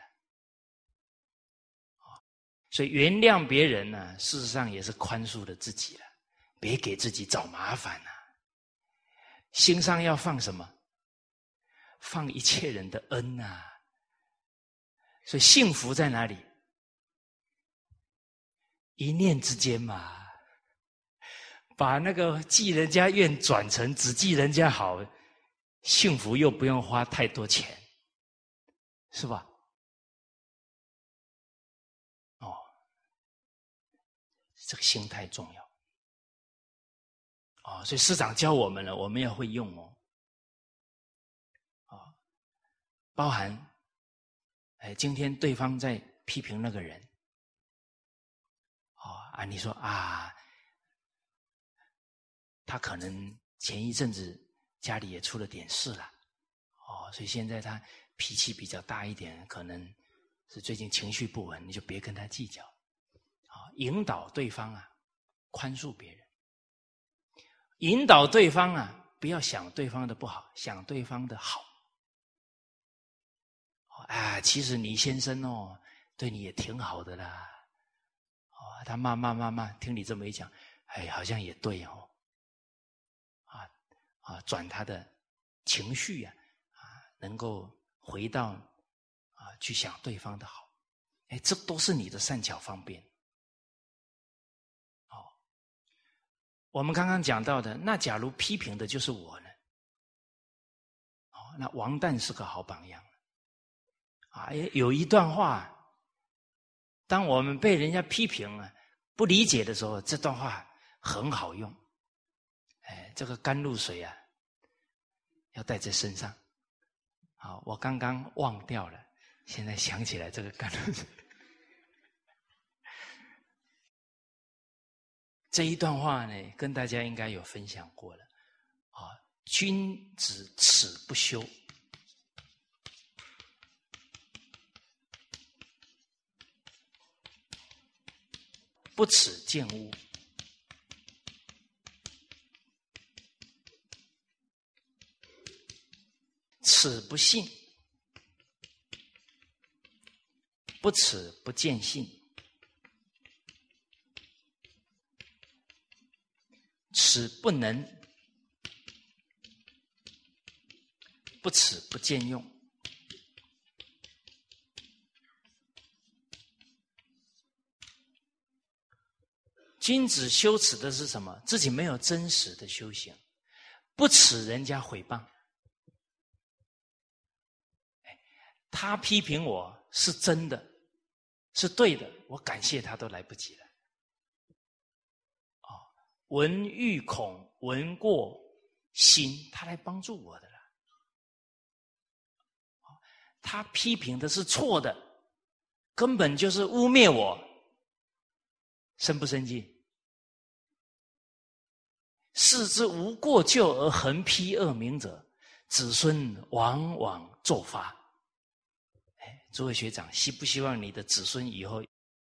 所以原谅别人呢、啊，事实上也是宽恕了自己了，别给自己找麻烦啊。心上要放什么？放一切人的恩啊。所以幸福在哪里？一念之间嘛。把那个记人家怨转成只记人家好，幸福又不用花太多钱，是吧？哦，这个心态重要。哦，所以师长教我们了，我们要会用哦。哦，包含，哎，今天对方在批评那个人，哦啊，你说啊，他可能前一阵子家里也出了点事了，哦，所以现在他脾气比较大一点，可能是最近情绪不稳，你就别跟他计较，啊、哦，引导对方啊，宽恕别人，引导对方啊，不要想对方的不好，想对方的好。啊，其实你先生哦，对你也挺好的啦。哦，他慢慢慢慢听你这么一讲，哎，好像也对哦。啊啊，转他的情绪啊，啊，能够回到啊去想对方的好，哎，这都是你的善巧方便。哦，我们刚刚讲到的，那假如批评的就是我呢？哦，那王旦是个好榜样。啊，有一段话，当我们被人家批评啊、不理解的时候，这段话很好用。哎，这个甘露水啊，要带在身上。好，我刚刚忘掉了，现在想起来这个甘露水。这一段话呢，跟大家应该有分享过了。啊，君子耻不修。不耻见污，耻不信，不耻不见信，耻不能，不耻不见用。 君子羞耻的是什么？自己没有真实的修行，不耻人家诽谤。他批评我是真的，是对的，我感谢他都来不及了。哦，闻欲恐，闻过心，他来帮助我的了。他批评的是错的，根本就是污蔑我，生不生气？视之无过咎而横批恶名者，子孙往往作发。哎，诸位学长，希不希望你的子孙以后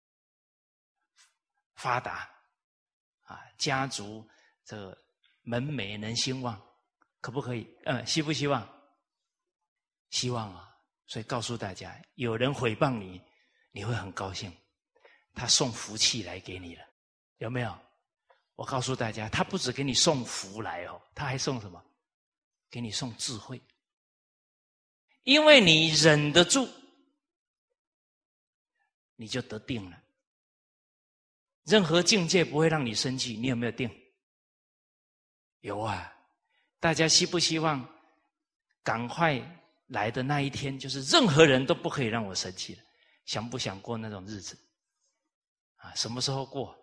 发达啊？家族这个门楣能兴旺，可不可以？嗯，希不希望？希望啊！所以告诉大家，有人诽谤你，你会很高兴，他送福气来给你了，有没有？我告诉大家，他不只给你送福来哦，他还送什么？给你送智慧。因为你忍得住，你就得定了。任何境界不会让你生气，你有没有定？有啊。大家希不希望赶快来的那一天，就是任何人都不可以让我生气了？想不想过那种日子？啊，什么时候过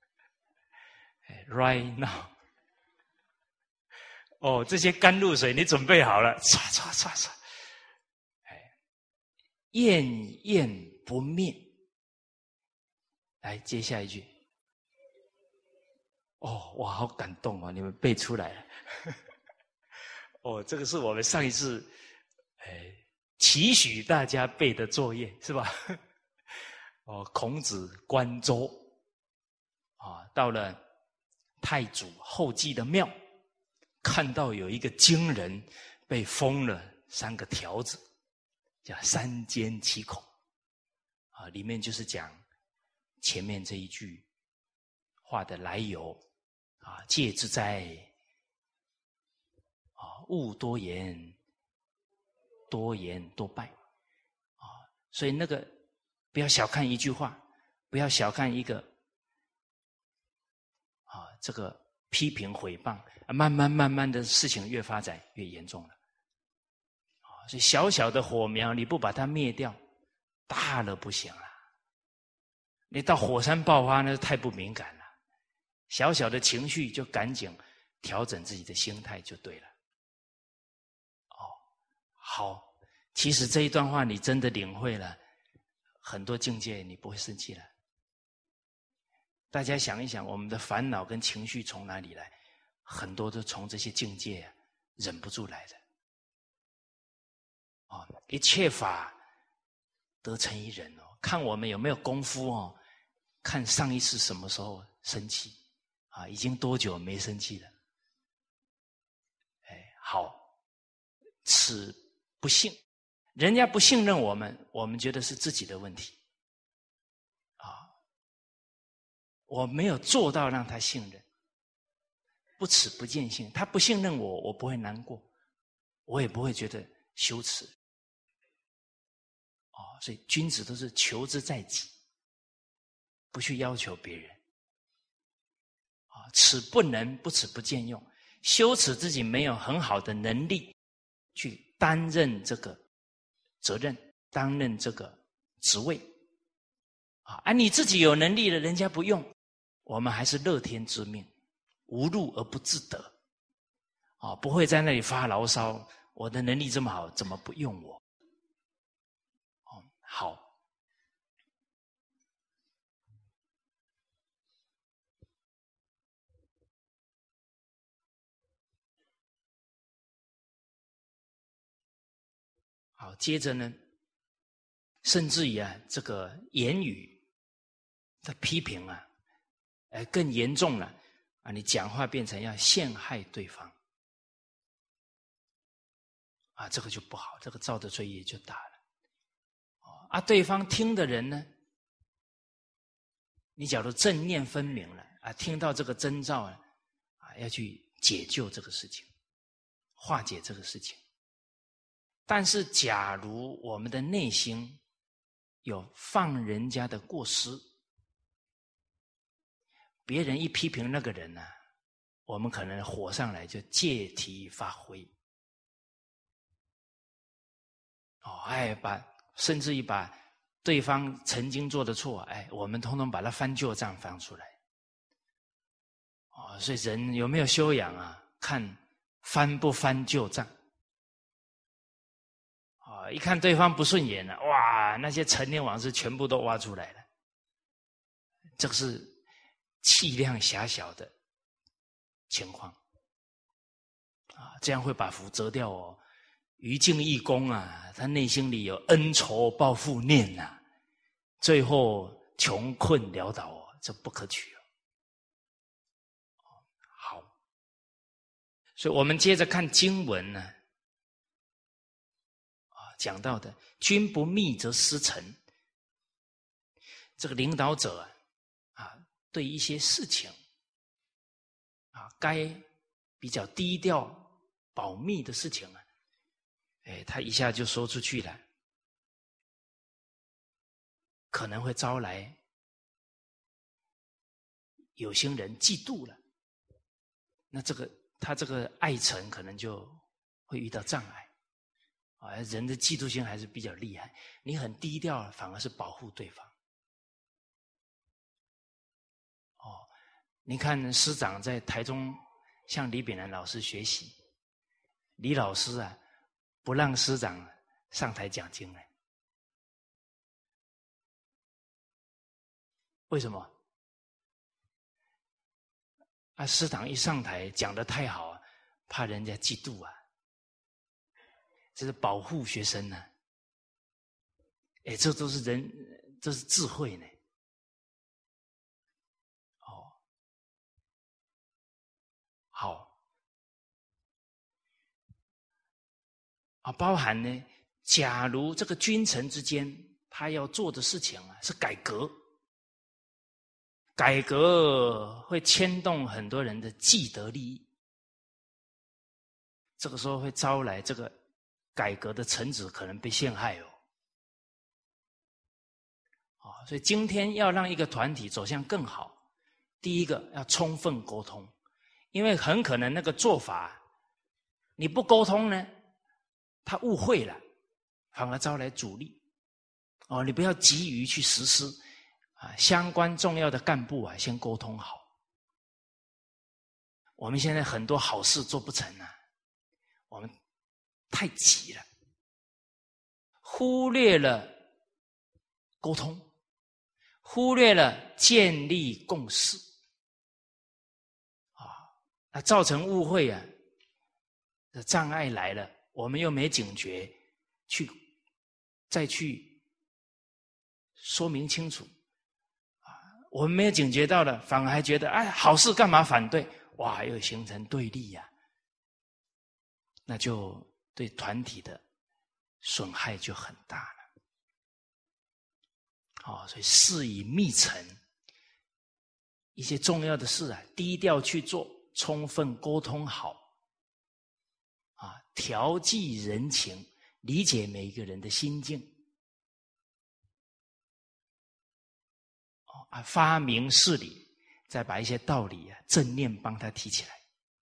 ？Right now。哦，这些甘露水你准备好了，唰唰唰唰，哎，焰焰不灭。来，接下一句。哦，哇，好感动啊！你们背出来了。哦，这个是我们上一次，哎，期许大家背的作业，是吧？哦，孔子观周，啊，到了太祖后继的庙，看到有一个京人被封了三个条子，叫三缄其口，啊，里面就是讲前面这一句话的来由，啊，戒之哉，啊，勿多言，多言多败，啊，所以那个不要小看一句话，不要小看一个，啊，这个批评诽谤，慢慢慢慢的事情越发展越严重了，啊，所以小小的火苗你不把它灭掉，大了不行了，你到火山爆发那太不敏感了，小小的情绪就赶紧调整自己的心态就对了。哦，好，其实这一段话你真的领会了，很多境界你不会生气了。大家想一想，我们的烦恼跟情绪从哪里来？很多都从这些境界啊忍不住来的。哦，一切法得成一人哦，看我们有没有功夫哦，看上一次什么时候生气啊？已经多久没生气了？哎，好，此不幸，人家不信任我们，我们觉得是自己的问题啊，我没有做到让他信任，不耻不见信，他不信任我，我不会难过，我也不会觉得羞耻。哦，所以君子都是求之在己，不去要求别人。啊，耻不能，不耻不见用，羞耻自己没有很好的能力去担任这个责任，担任这个职位。啊，而你自己有能力了，人家不用，我们还是乐天之命，无路而不自得。啊，不会在那里发牢骚，我的能力这么好，怎么不用我？哦，好。好，接着呢，甚至于啊，这个言语的批评啊，呃，更严重了啊！你讲话变成要陷害对方啊，这个就不好，这个造的罪业就大了。啊，对方听的人呢，你假如正念分明了啊，听到这个征兆啊，啊，要去解救这个事情，化解这个事情。但是，假如我们的内心有放人家的过失， 别人一批评那个人呢、啊，我们可能火上来就借题发挥。哦，哎，把甚至于把对方曾经做的错，哎，我们通通把它翻旧账翻出来。哦，所以人有没有修养啊？看翻不翻旧账。啊，一看对方不顺眼了，哇，那些陈年往事全部都挖出来了。这个是气量狭小的情况啊，这样会把福折掉哦。于敬一公啊，他内心里有恩仇报复念呐、啊，最后穷困潦倒哦，这不可取哦。好，所以我们接着看经文呢。讲到的君不密则失臣，这个领导者啊，啊对一些事情啊，该比较低调保密的事情啊，哎，他一下就说出去了，可能会招来有心人嫉妒了，那这个他这个爱臣可能就会遇到障碍。啊，人的嫉妒心还是比较厉害。你很低调，反而是保护对方。哦，你看师长在台中向李炳南老师学习，李老师啊，不让师长上台讲经了。为什么？啊，师长一上台讲得太好，怕人家嫉妒啊。这是保护学生呢、啊，哎，这都是人，这是智慧呢。哦，好，啊，包含呢，假如这个君臣之间他要做的事情啊是改革，改革会牵动很多人的既得利益，这个时候会招来这个改革的臣子可能被陷害哦。哦，所以今天要让一个团体走向更好，第一个要充分沟通，因为很可能那个做法你不沟通呢，他误会了，反而招来阻力。哦，你不要急于去实施啊，相关重要的干部啊，先沟通好。我们现在很多好事做不成啊，我们太急了，忽略了沟通，忽略了建立共识，啊，那造成误会啊，这障碍来了，我们又没警觉，去再去说明清楚，啊，我们没有警觉到了，反而还觉得，哎，好事干嘛反对？哇，又形成对立呀、啊，那就对团体的损害就很大了。好，所以事以密陈，一些重要的事啊，低调去做，充分沟通好，啊，调剂人情，理解每一个人的心境，啊，发明事理，再把一些道理啊、正念帮他提起来。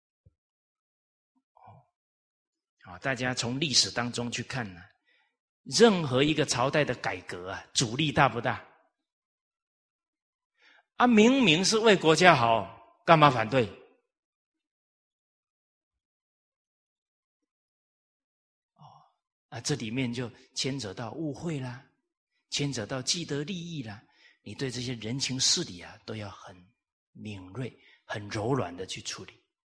啊，大家从历史当中去看呢、啊，任何一个朝代的改革啊，阻力大不大？啊，明明是为国家好，干嘛反对？哦，啊，这里面就牵扯到误会啦，牵扯到既得利益啦，你对这些人情事理啊，都要很敏锐、很柔软的去处理。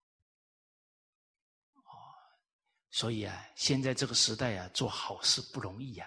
所以啊，现在这个时代啊，做好事不容易啊。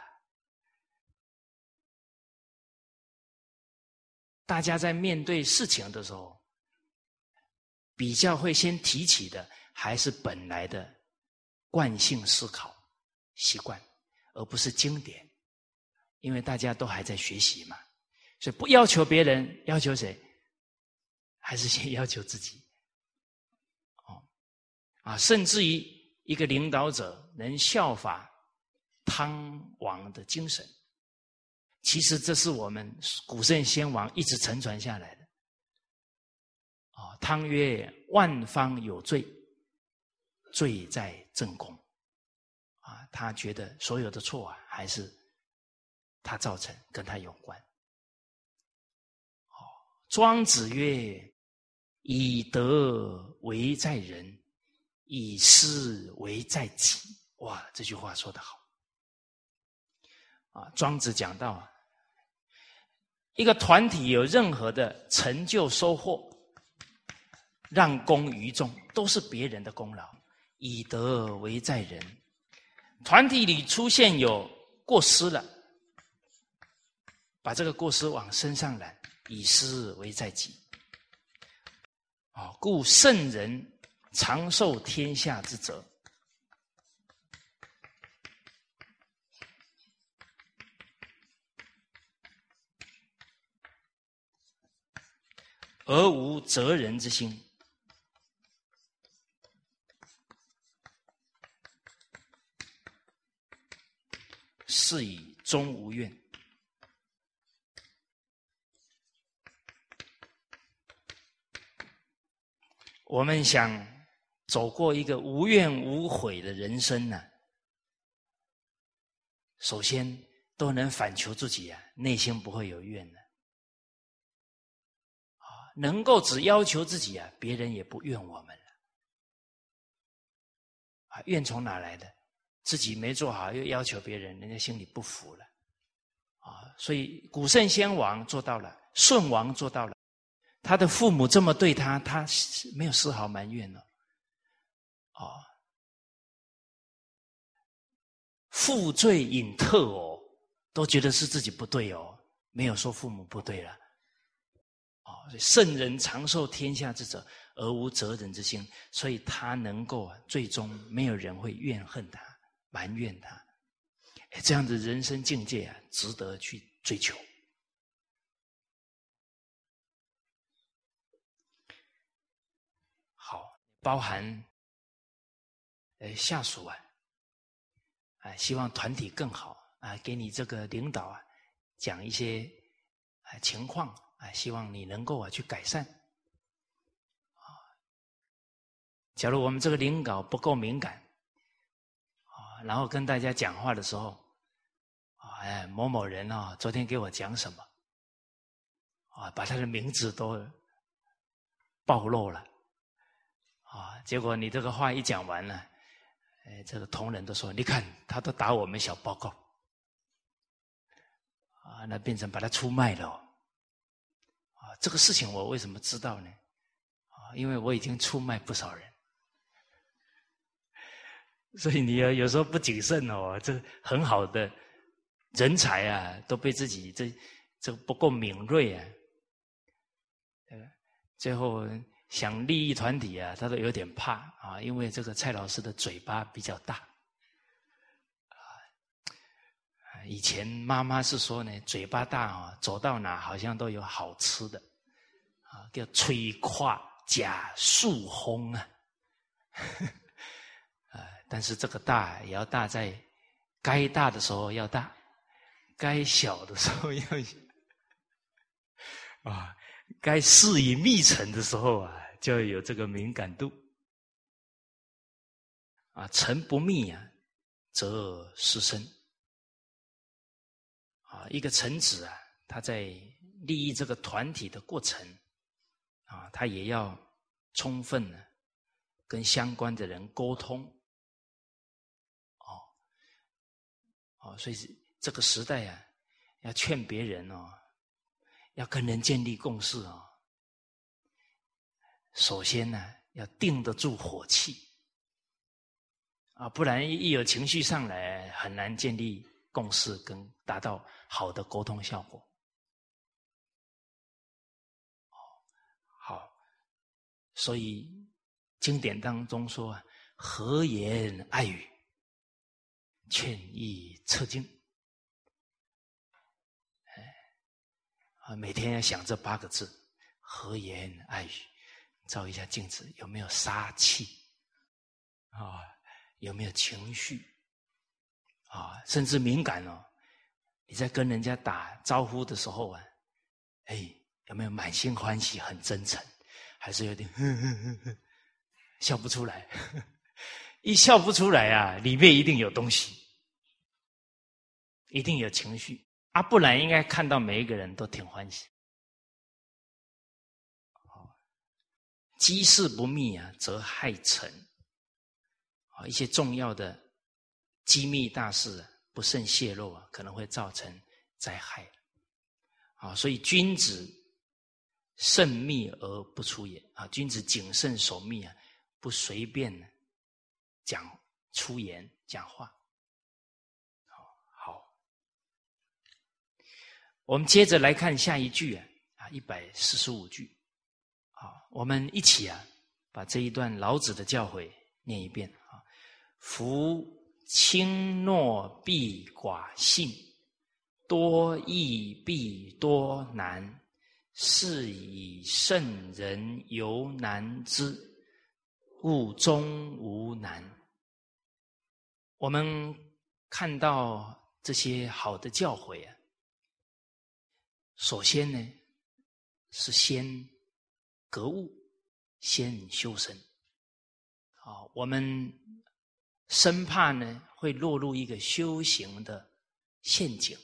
大家在面对事情的时候，比较会先提起的还是本来的惯性思考习惯，而不是经典。因为大家都还在学习嘛，所以不要求别人，要求谁？还是先要求自己。哦，啊，甚至于一个领导者能效法汤王的精神，其实这是我们古圣先王一直承传下来的。 啊，汤曰：万方有罪，罪在正宫。啊，他觉得所有的错啊，还是他造成，跟他有关。哦，庄子曰：以德为在人，以失为在己。哇，这句话说得好。啊，庄子讲到啊，一个团体有任何的成就收获，让功于众，都是别人的功劳。以德为在人，团体里出现有过失了，把这个过失往身上揽，以失为在己。啊，故圣人常受天下之责。而无责人之心。是以终无怨。我们想走过一个无怨无悔的人生呢、啊，首先都能反求自己啊，内心不会有怨的。能够只要求自己啊，别人也不怨我们了。啊，怨从哪来的？自己没做好，又要求别人，人家心里不服了。啊，所以古圣先王做到了，舜王做到了，他的父母这么对他，他没有丝毫埋怨了。哦，负罪隐特哦，都觉得是自己不对哦，没有说父母不对了。圣人常受天下之责，而无责人之心，所以他能够最终没有人会怨恨他、埋怨他。这样的人生境界啊，值得去追求。好，包含呃下属啊，啊希望团体更好啊，给你这个领导啊讲一些啊情况。啊，希望你能够啊去改善。啊，假如我们这个领导不够敏感，啊，然后跟大家讲话的时候，啊，哎，某某人啊，昨天给我讲什么，啊，把他的名字都暴露了，啊，结果你这个话一讲完了，哎，这个同仁都说，你看他都打我们小报告，啊，那变成把他出卖了哦。这个事情我为什么知道呢？啊，因为我已经出卖不少人，所以你有有时候不谨慎哦，这很好的人才啊，都被自己这这不够敏锐啊，最后想利益团体啊，他都有点怕啊，因为这个蔡老师的嘴巴比较大。以前妈妈是说呢，嘴巴大啊，走到哪好像都有好吃的，啊，叫吹胯假树轰啊，啊，但是这个大也要大在该大的时候要大，该小的时候要小，啊，该事以密成的时候啊，就要有这个敏感度，啊，诚不密啊，则失身。啊，一个臣子啊，他在利益这个团体的过程啊，他也要充分呢跟相关的人沟通。哦，哦，所以这个时代啊，要劝别人哦，要跟人建立共识哦。首先呢，要定得住火气啊，不然一有情绪上来，很难建立共识跟达到好的沟通效果。好，所以经典当中说，和言爱语，劝义策进。啊，每天要想这八个字，和言爱语，照一下镜子，有没有杀气啊？有没有情绪啊？甚至敏感哦。你在跟人家打招呼的时候啊，哎，有没有满心欢喜、很真诚？ 还是有点呵呵呵呵笑不出来。一笑不出来啊，里面一定有东西，一定有情绪啊，不然应该看到每一个人都挺欢喜。机事不密啊，则害臣。啊，一些重要的机密大事啊，不慎泄露啊，可能会造成灾害。啊，所以君子慎密而不出也啊，君子谨慎守密啊，不随便讲出言讲话。好，我们接着来看下一句啊，啊，一百四十五句。好，我们一起啊，把这一段老子的教诲念一遍啊。夫轻诺必寡信，多易必多难，是以圣人犹难之，物中无难。我们看到这些好的教诲啊，首先呢，是先格物，先修身。啊，我们生怕呢会落入一个修行的陷阱。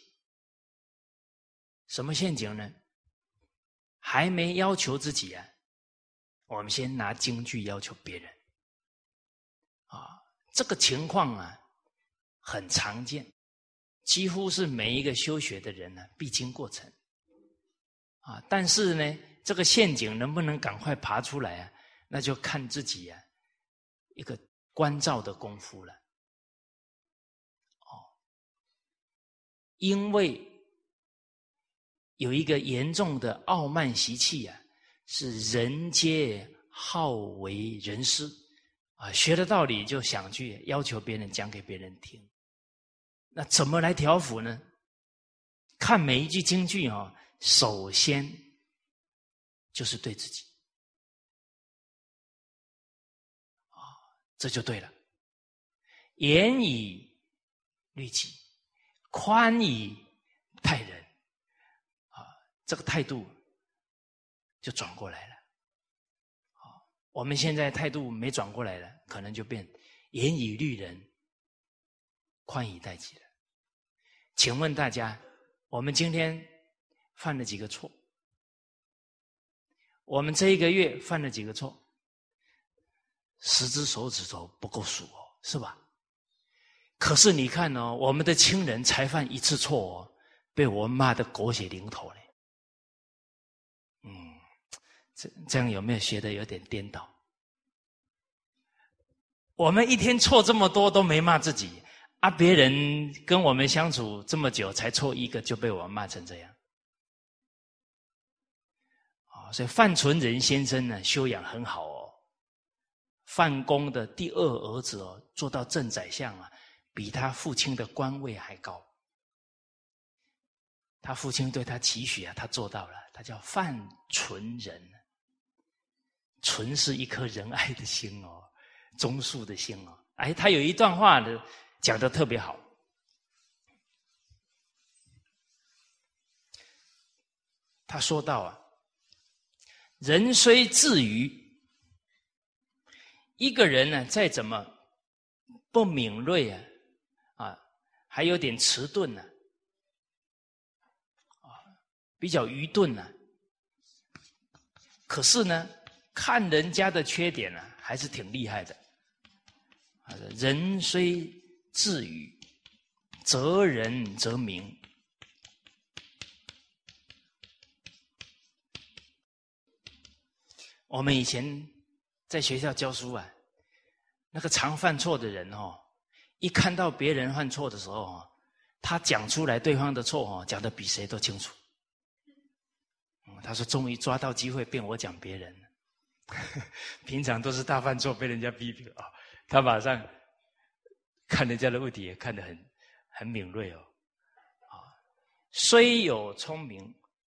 什么陷阱呢？还没要求自己啊，我们先拿经句要求别人。啊，这个情况啊很常见，几乎是每一个修学的人呢必经过程。啊，但是呢，这个陷阱能不能赶快爬出来啊？那就看自己啊一个关照的功夫了。哦，因为有一个严重的傲慢习气啊，是人皆好为人师啊，学的道理就想去要求别人讲给别人听。那怎么来调伏呢？看每一句经句啊，首先就是对自己啊，这就对了。严以律己，宽以待人啊，这个态度就转过来了。啊，我们现在态度没转过来了，可能就变严以律人，宽以待己了。请问大家，我们今天犯了几个错？我们这一个月犯了几个错？十只手指头不够数哦，是吧？可是你看哦，我们的亲人才犯一次错哦，被我们骂得狗血淋头嘞。嗯，这这样有没有学得有点颠倒？我们一天错这么多都没骂自己啊，别人跟我们相处这么久才错一个，就被我们骂成这样。哦，所以范纯仁先生呢修养很好哦，范公的第二儿子哦，做到正宰相啊，比他父亲的官位还高。他父亲对他期许啊，他做到了，他叫范纯仁。纯是一颗仁爱的心哦，忠恕的心哦。哎，他有一段话的讲得特别好。他说到啊，人虽自愚，一个人呢再怎么不敏锐啊，啊，还有点迟钝呢、啊，比较愚钝呢、啊，可是呢，看人家的缺点呢、啊，还是挺厉害的。人虽自愚，责人则明。我们以前在学校教书啊，那个常犯错的人哦，一看到别人犯错的时候哦，他讲出来对方的错哦，讲得比谁都清楚。嗯，他说终于抓到机会变我讲别人了。平常都是他犯错被人家批评啊、哦，他马上看人家的问题也看得很很敏锐哦。啊，虽有聪明，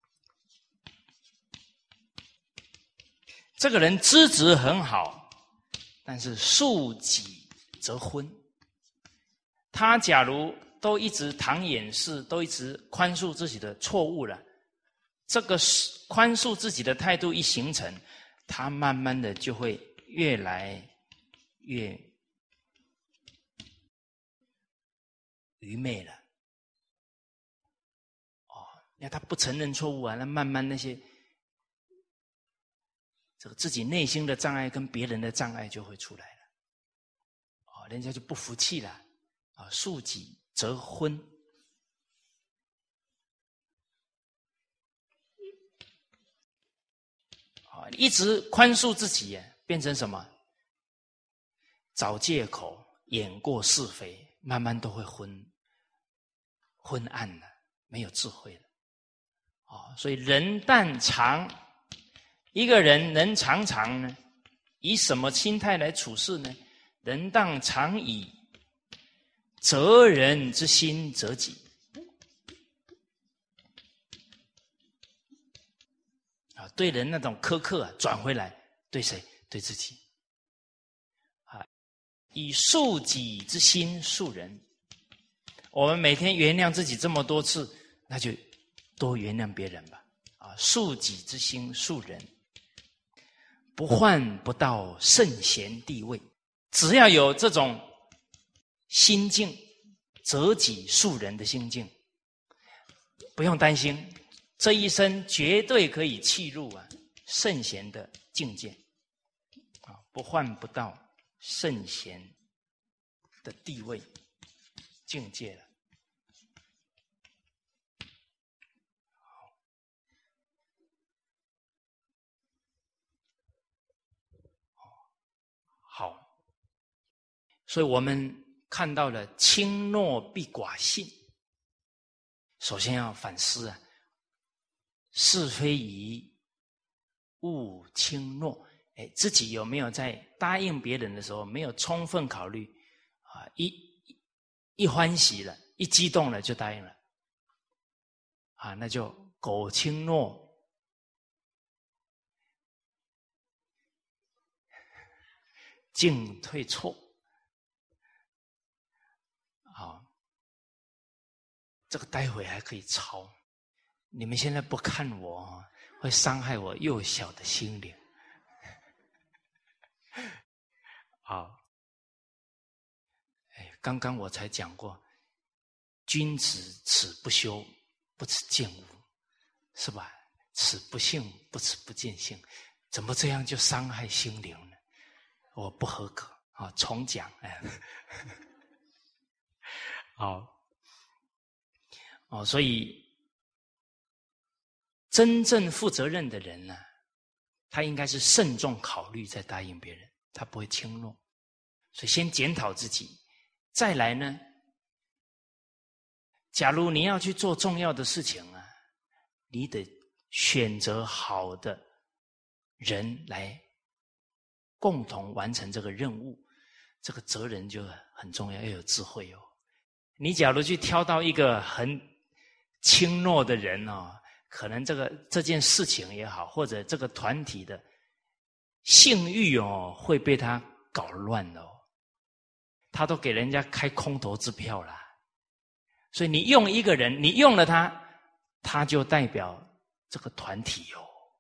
这个人资质很好，但是恕己则昏。他假如都一直淌掩饰，都一直宽恕自己的错误了，这个宽恕自己的态度一形成， 他慢慢的就会越来越愚昧了。哦，那他不承认错误啊，那慢慢那些这个自己内心的障碍跟别人的障碍就会出来了。哦，人家就不服气了。啊，恕己则昏。啊，一直宽恕自己，变成什么？找借口，掩过是非，慢慢都会昏昏暗了，没有智慧了。哦，所以人但常，一个人能常常呢，以什么心态来处事呢？人当常以责人之心责己。啊，对人那种苛刻啊，转回来对谁？对自己。啊，以恕己之心恕人。我们每天原谅自己这么多次，那就多原谅别人吧。啊，恕己之心恕人，不患不到圣贤地位。只要有这种心境，责己恕人的心境，不用担心，这一生绝对可以契入啊圣贤的境界，啊，不患不到圣贤的地位境界了。好，所以我们看到了轻诺必寡信，首先要反思啊，是非宜勿轻诺。哎，自己有没有在答应别人的时候没有充分考虑啊？一一欢喜了，一激动了就答应了，啊，那就苟轻诺，进退错。好，这个待会还可以抄。你们现在不看我，会伤害我幼小的心灵。好，哎，刚刚我才讲过，君子耻不修，不耻见物，是吧？耻不信，不耻不见性，怎么这样就伤害心灵呢？我不合格啊！重讲，哎，好，哦，所以真正负责任的人呢，他应该是慎重考虑再答应别人，他不会轻诺。所以先检讨自己，再来呢，假如你要去做重要的事情啊，你得选择好的人来共同完成这个任务，这个责任就很重要，要有智慧哦。你假如去挑到一个很轻诺的人哦，可能这个这件事情也好，或者这个团体的信誉哦，会被他搞乱哦。他都给人家开空头支票啦，所以你用一个人，你用了他，他就代表这个团体哦。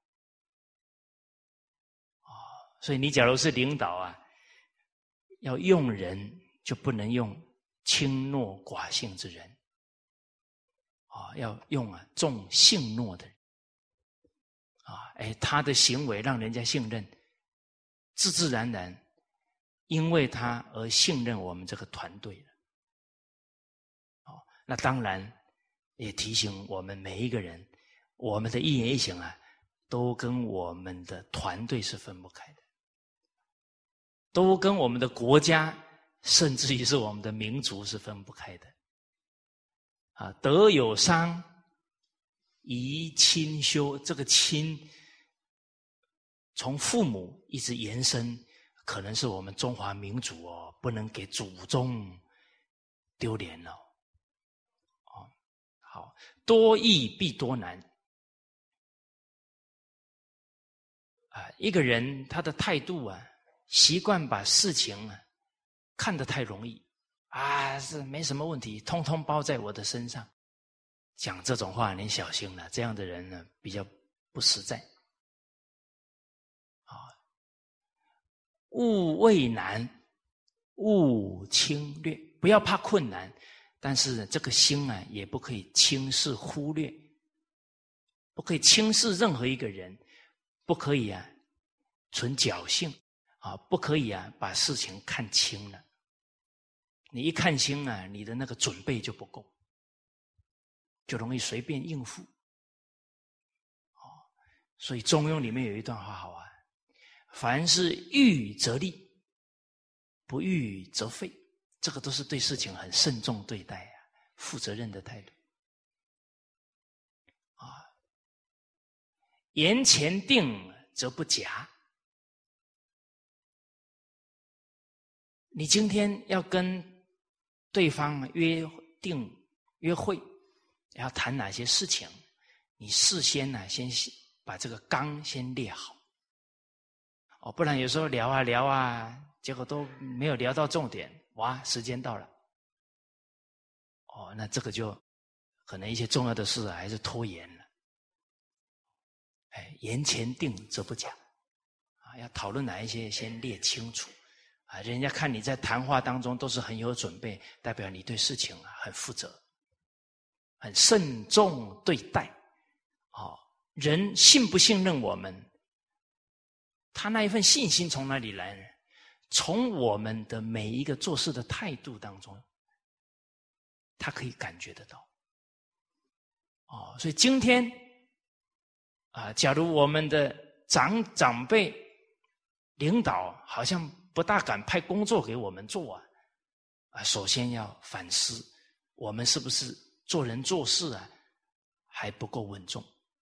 哦，所以你假如是领导啊，要用人就不能用轻诺寡信之人，啊，要用啊重信诺的人，啊，哎，他的行为让人家信任，自自然然因为他而信任我们这个团队了。哦，那当然也提醒我们每一个人，我们的一言一行啊，都跟我们的团队是分不开的，都跟我们的国家，甚至于是我们的民族是分不开的。啊，德有伤，宜亲修。这个亲，从父母一直延伸，可能是我们中华民族哦，不能给祖宗丢脸了。哦，好，多易必多难。啊，一个人他的态度啊，习惯把事情啊看得太容易啊，是没什么问题，通通包在我的身上。讲这种话，你小心了，这样的人呢比较不实在。啊， 勿畏难，勿轻略。不要怕困难，但是这个心啊，也不可以轻视忽略，不可以轻视任何一个人，不可以啊存侥幸啊，不可以啊把事情看轻了。你一看清啊，你的那个准备就不够，就容易随便应付。哦，所以《中庸》里面有一段话好啊，凡是预则立，不预则废。这个都是对事情很慎重对待啊，负责任的态度。啊，言前定则不假。你今天要跟对方约定约会，要谈哪些事情，你事先呢、啊、先把这个纲先列好。哦，不然有时候聊啊聊啊，结果都没有聊到重点，哇，时间到了。哦，那这个就可能一些重要的事啊，还是拖延了。哎，言前定则不假啊，要讨论哪一些先列清楚啊，人家看你在谈话当中都是很有准备，代表你对事情啊很负责，很慎重对待。哦，人信不信任我们，他那一份信心从哪里来呢？从我们的每一个做事的态度当中，他可以感觉得到。哦，所以今天啊，假如我们的长长辈、领导好像不大敢派工作给我们做啊，啊，首先要反思，我们是不是做人做事啊还不够稳重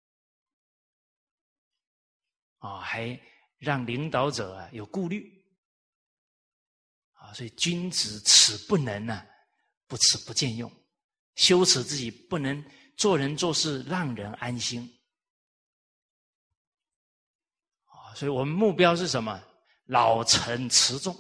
啊，还让领导者啊有顾虑啊，所以君子耻不能啊，不耻不见用，羞耻自己不能做人做事让人安心啊，所以我们目标是什么？老成持重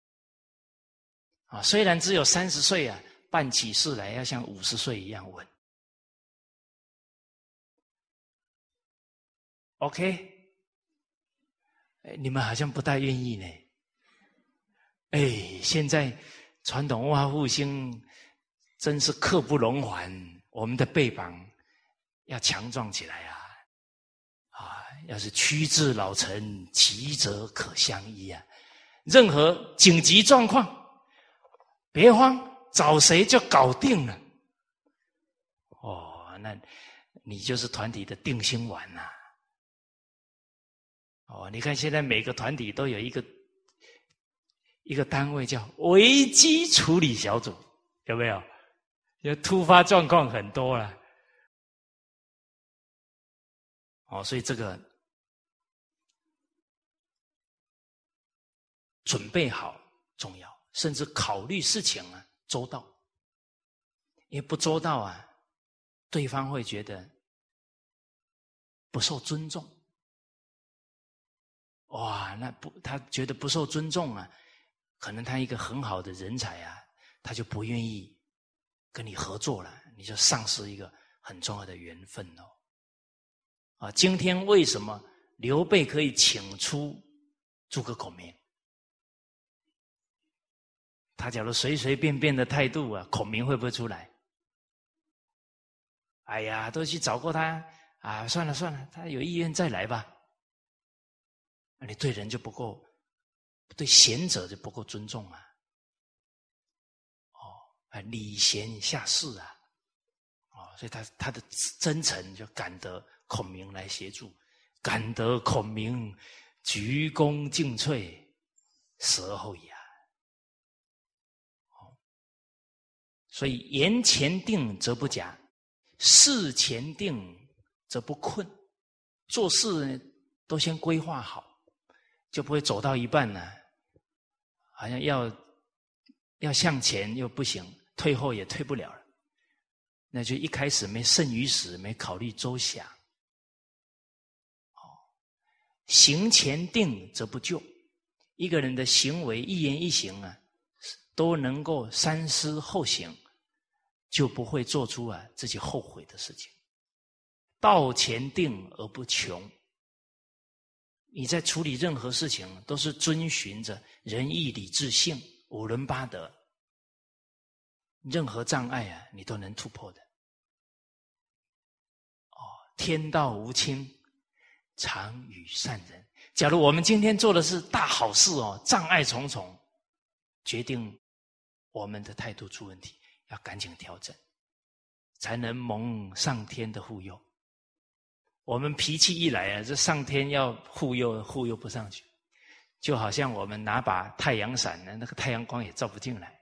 啊，虽然只有三十岁啊，办起事来要像五十岁一样稳。OK， 你们好像不大愿意呢。哎，现在传统文化复兴真是刻不容缓，我们的背膀要强壮起来啊！啊，要是趋至老成，急则可相依啊！任何紧急状况，别慌，找谁就搞定了。哦，那你就是团体的定心丸呐、啊！哦，你看现在每个团体都有一个一个单位叫危机处理小组，有没有？因为突发状况很多了。哦，所以这个准备好重要，甚至考虑事情啊周到。因为不周到啊，对方会觉得不受尊重。哇，那不，他觉得不受尊重啊，可能他一个很好的人才啊，他就不愿意跟你合作了，你就丧失一个很重要的缘分哦。啊，今天为什么刘备可以请出诸葛孔明？他假如随随便便的态度啊，孔明会不会出来？哎呀，都去找过他啊，算了算了，他有意愿再来吧。你对人就不够，对贤者就不够尊重啊！哦，啊，礼贤下士啊！哦，所以他他的真诚就感得孔明来协助，感得孔明鞠躬尽瘁，死而后已啊！哦，所以言前定则不假，事前定则不困，做事都先规划好。就不会走到一半呢，好像要要向前又不行，退后也退不了了。那就一开始没慎于始，没考虑周详。哦，行前定则不咎。一个人的行为一言一行啊，都能够三思后行，就不会做出啊自己后悔的事情。道前定而不穷。 你在处理任何事情都是遵循着仁义礼智信五伦八德，任何障碍啊，你都能突破的。哦，天道无亲，常与善人。假如我们今天做的是大好事哦，障碍重重，决定我们的态度出问题，要赶紧调整，才能蒙上天的护佑。我们脾气一来啊，这上天要护佑护佑不上去，就好像我们拿把太阳伞呢，那个太阳光也照不进来。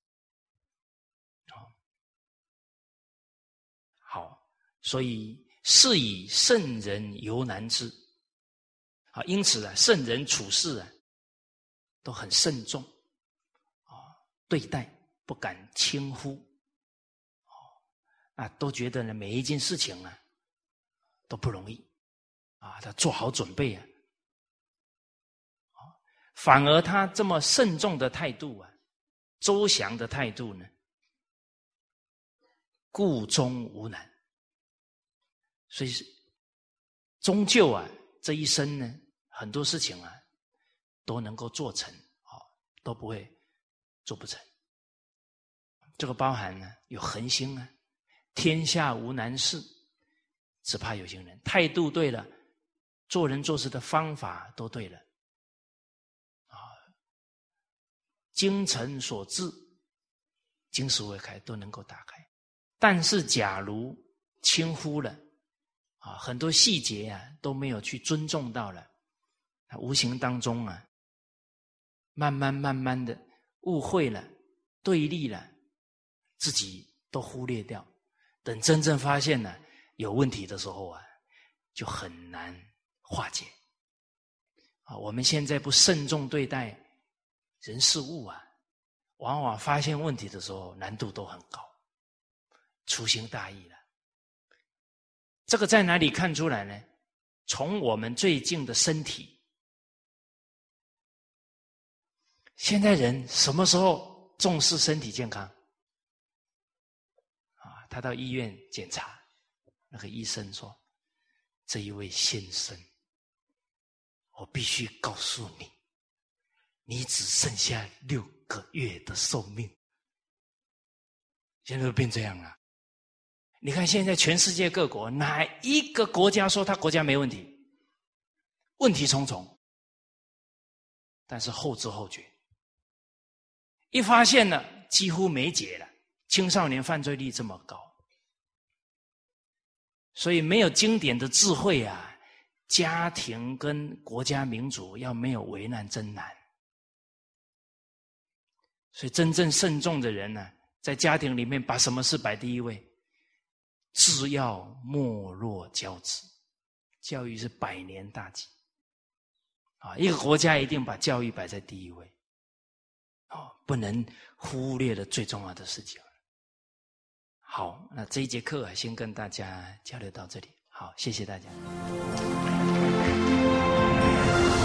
好，所以是以圣人犹难之。啊，因此啊，圣人处事啊，都很慎重啊，对待不敢轻忽，哦，啊，都觉得呢，每一件事情啊都不容易啊，他做好准备啊，反而他这么慎重的态度啊，周详的态度呢，故终无难。所以终究啊，这一生呢，很多事情啊都能够做成，哦，都不会做不成。这个包含呢有恒心啊，天下无难事，只怕有心人。态度对了，做人做事的方法都对了，啊，精诚所至，金石为开，都能够打开。但是假如轻忽了啊，很多细节啊都没有去尊重到了，无形当中啊，慢慢慢慢的误会了、对立了，自己都忽略掉。等真正发现了有问题的时候啊，就很难化解。啊，我们现在不慎重对待人事物啊，往往发现问题的时候难度都很高，粗心大意了。这个在哪里看出来呢？从我们最近的身体。现在人什么时候重视身体健康？啊，他到医院检查，那个医生说：“这一位先生，我必须告诉你，你只剩下六个月的寿命。”现在都变这样了。你看现在全世界各国，哪一个国家说他国家没问题？问题重重，但是后知后觉，一发现了几乎没解了。青少年犯罪率这么高，所以没有经典的智慧啊，家庭跟国家民族要没有危难真难。所以真正慎重的人呢、啊，在家庭里面把什么事摆第一位？治要莫若教之，教育是百年大计啊！一个国家一定把教育摆在第一位，哦，不能忽略了最重要的事情。好，那这一节课啊，先跟大家交流到这里。好，谢谢大家。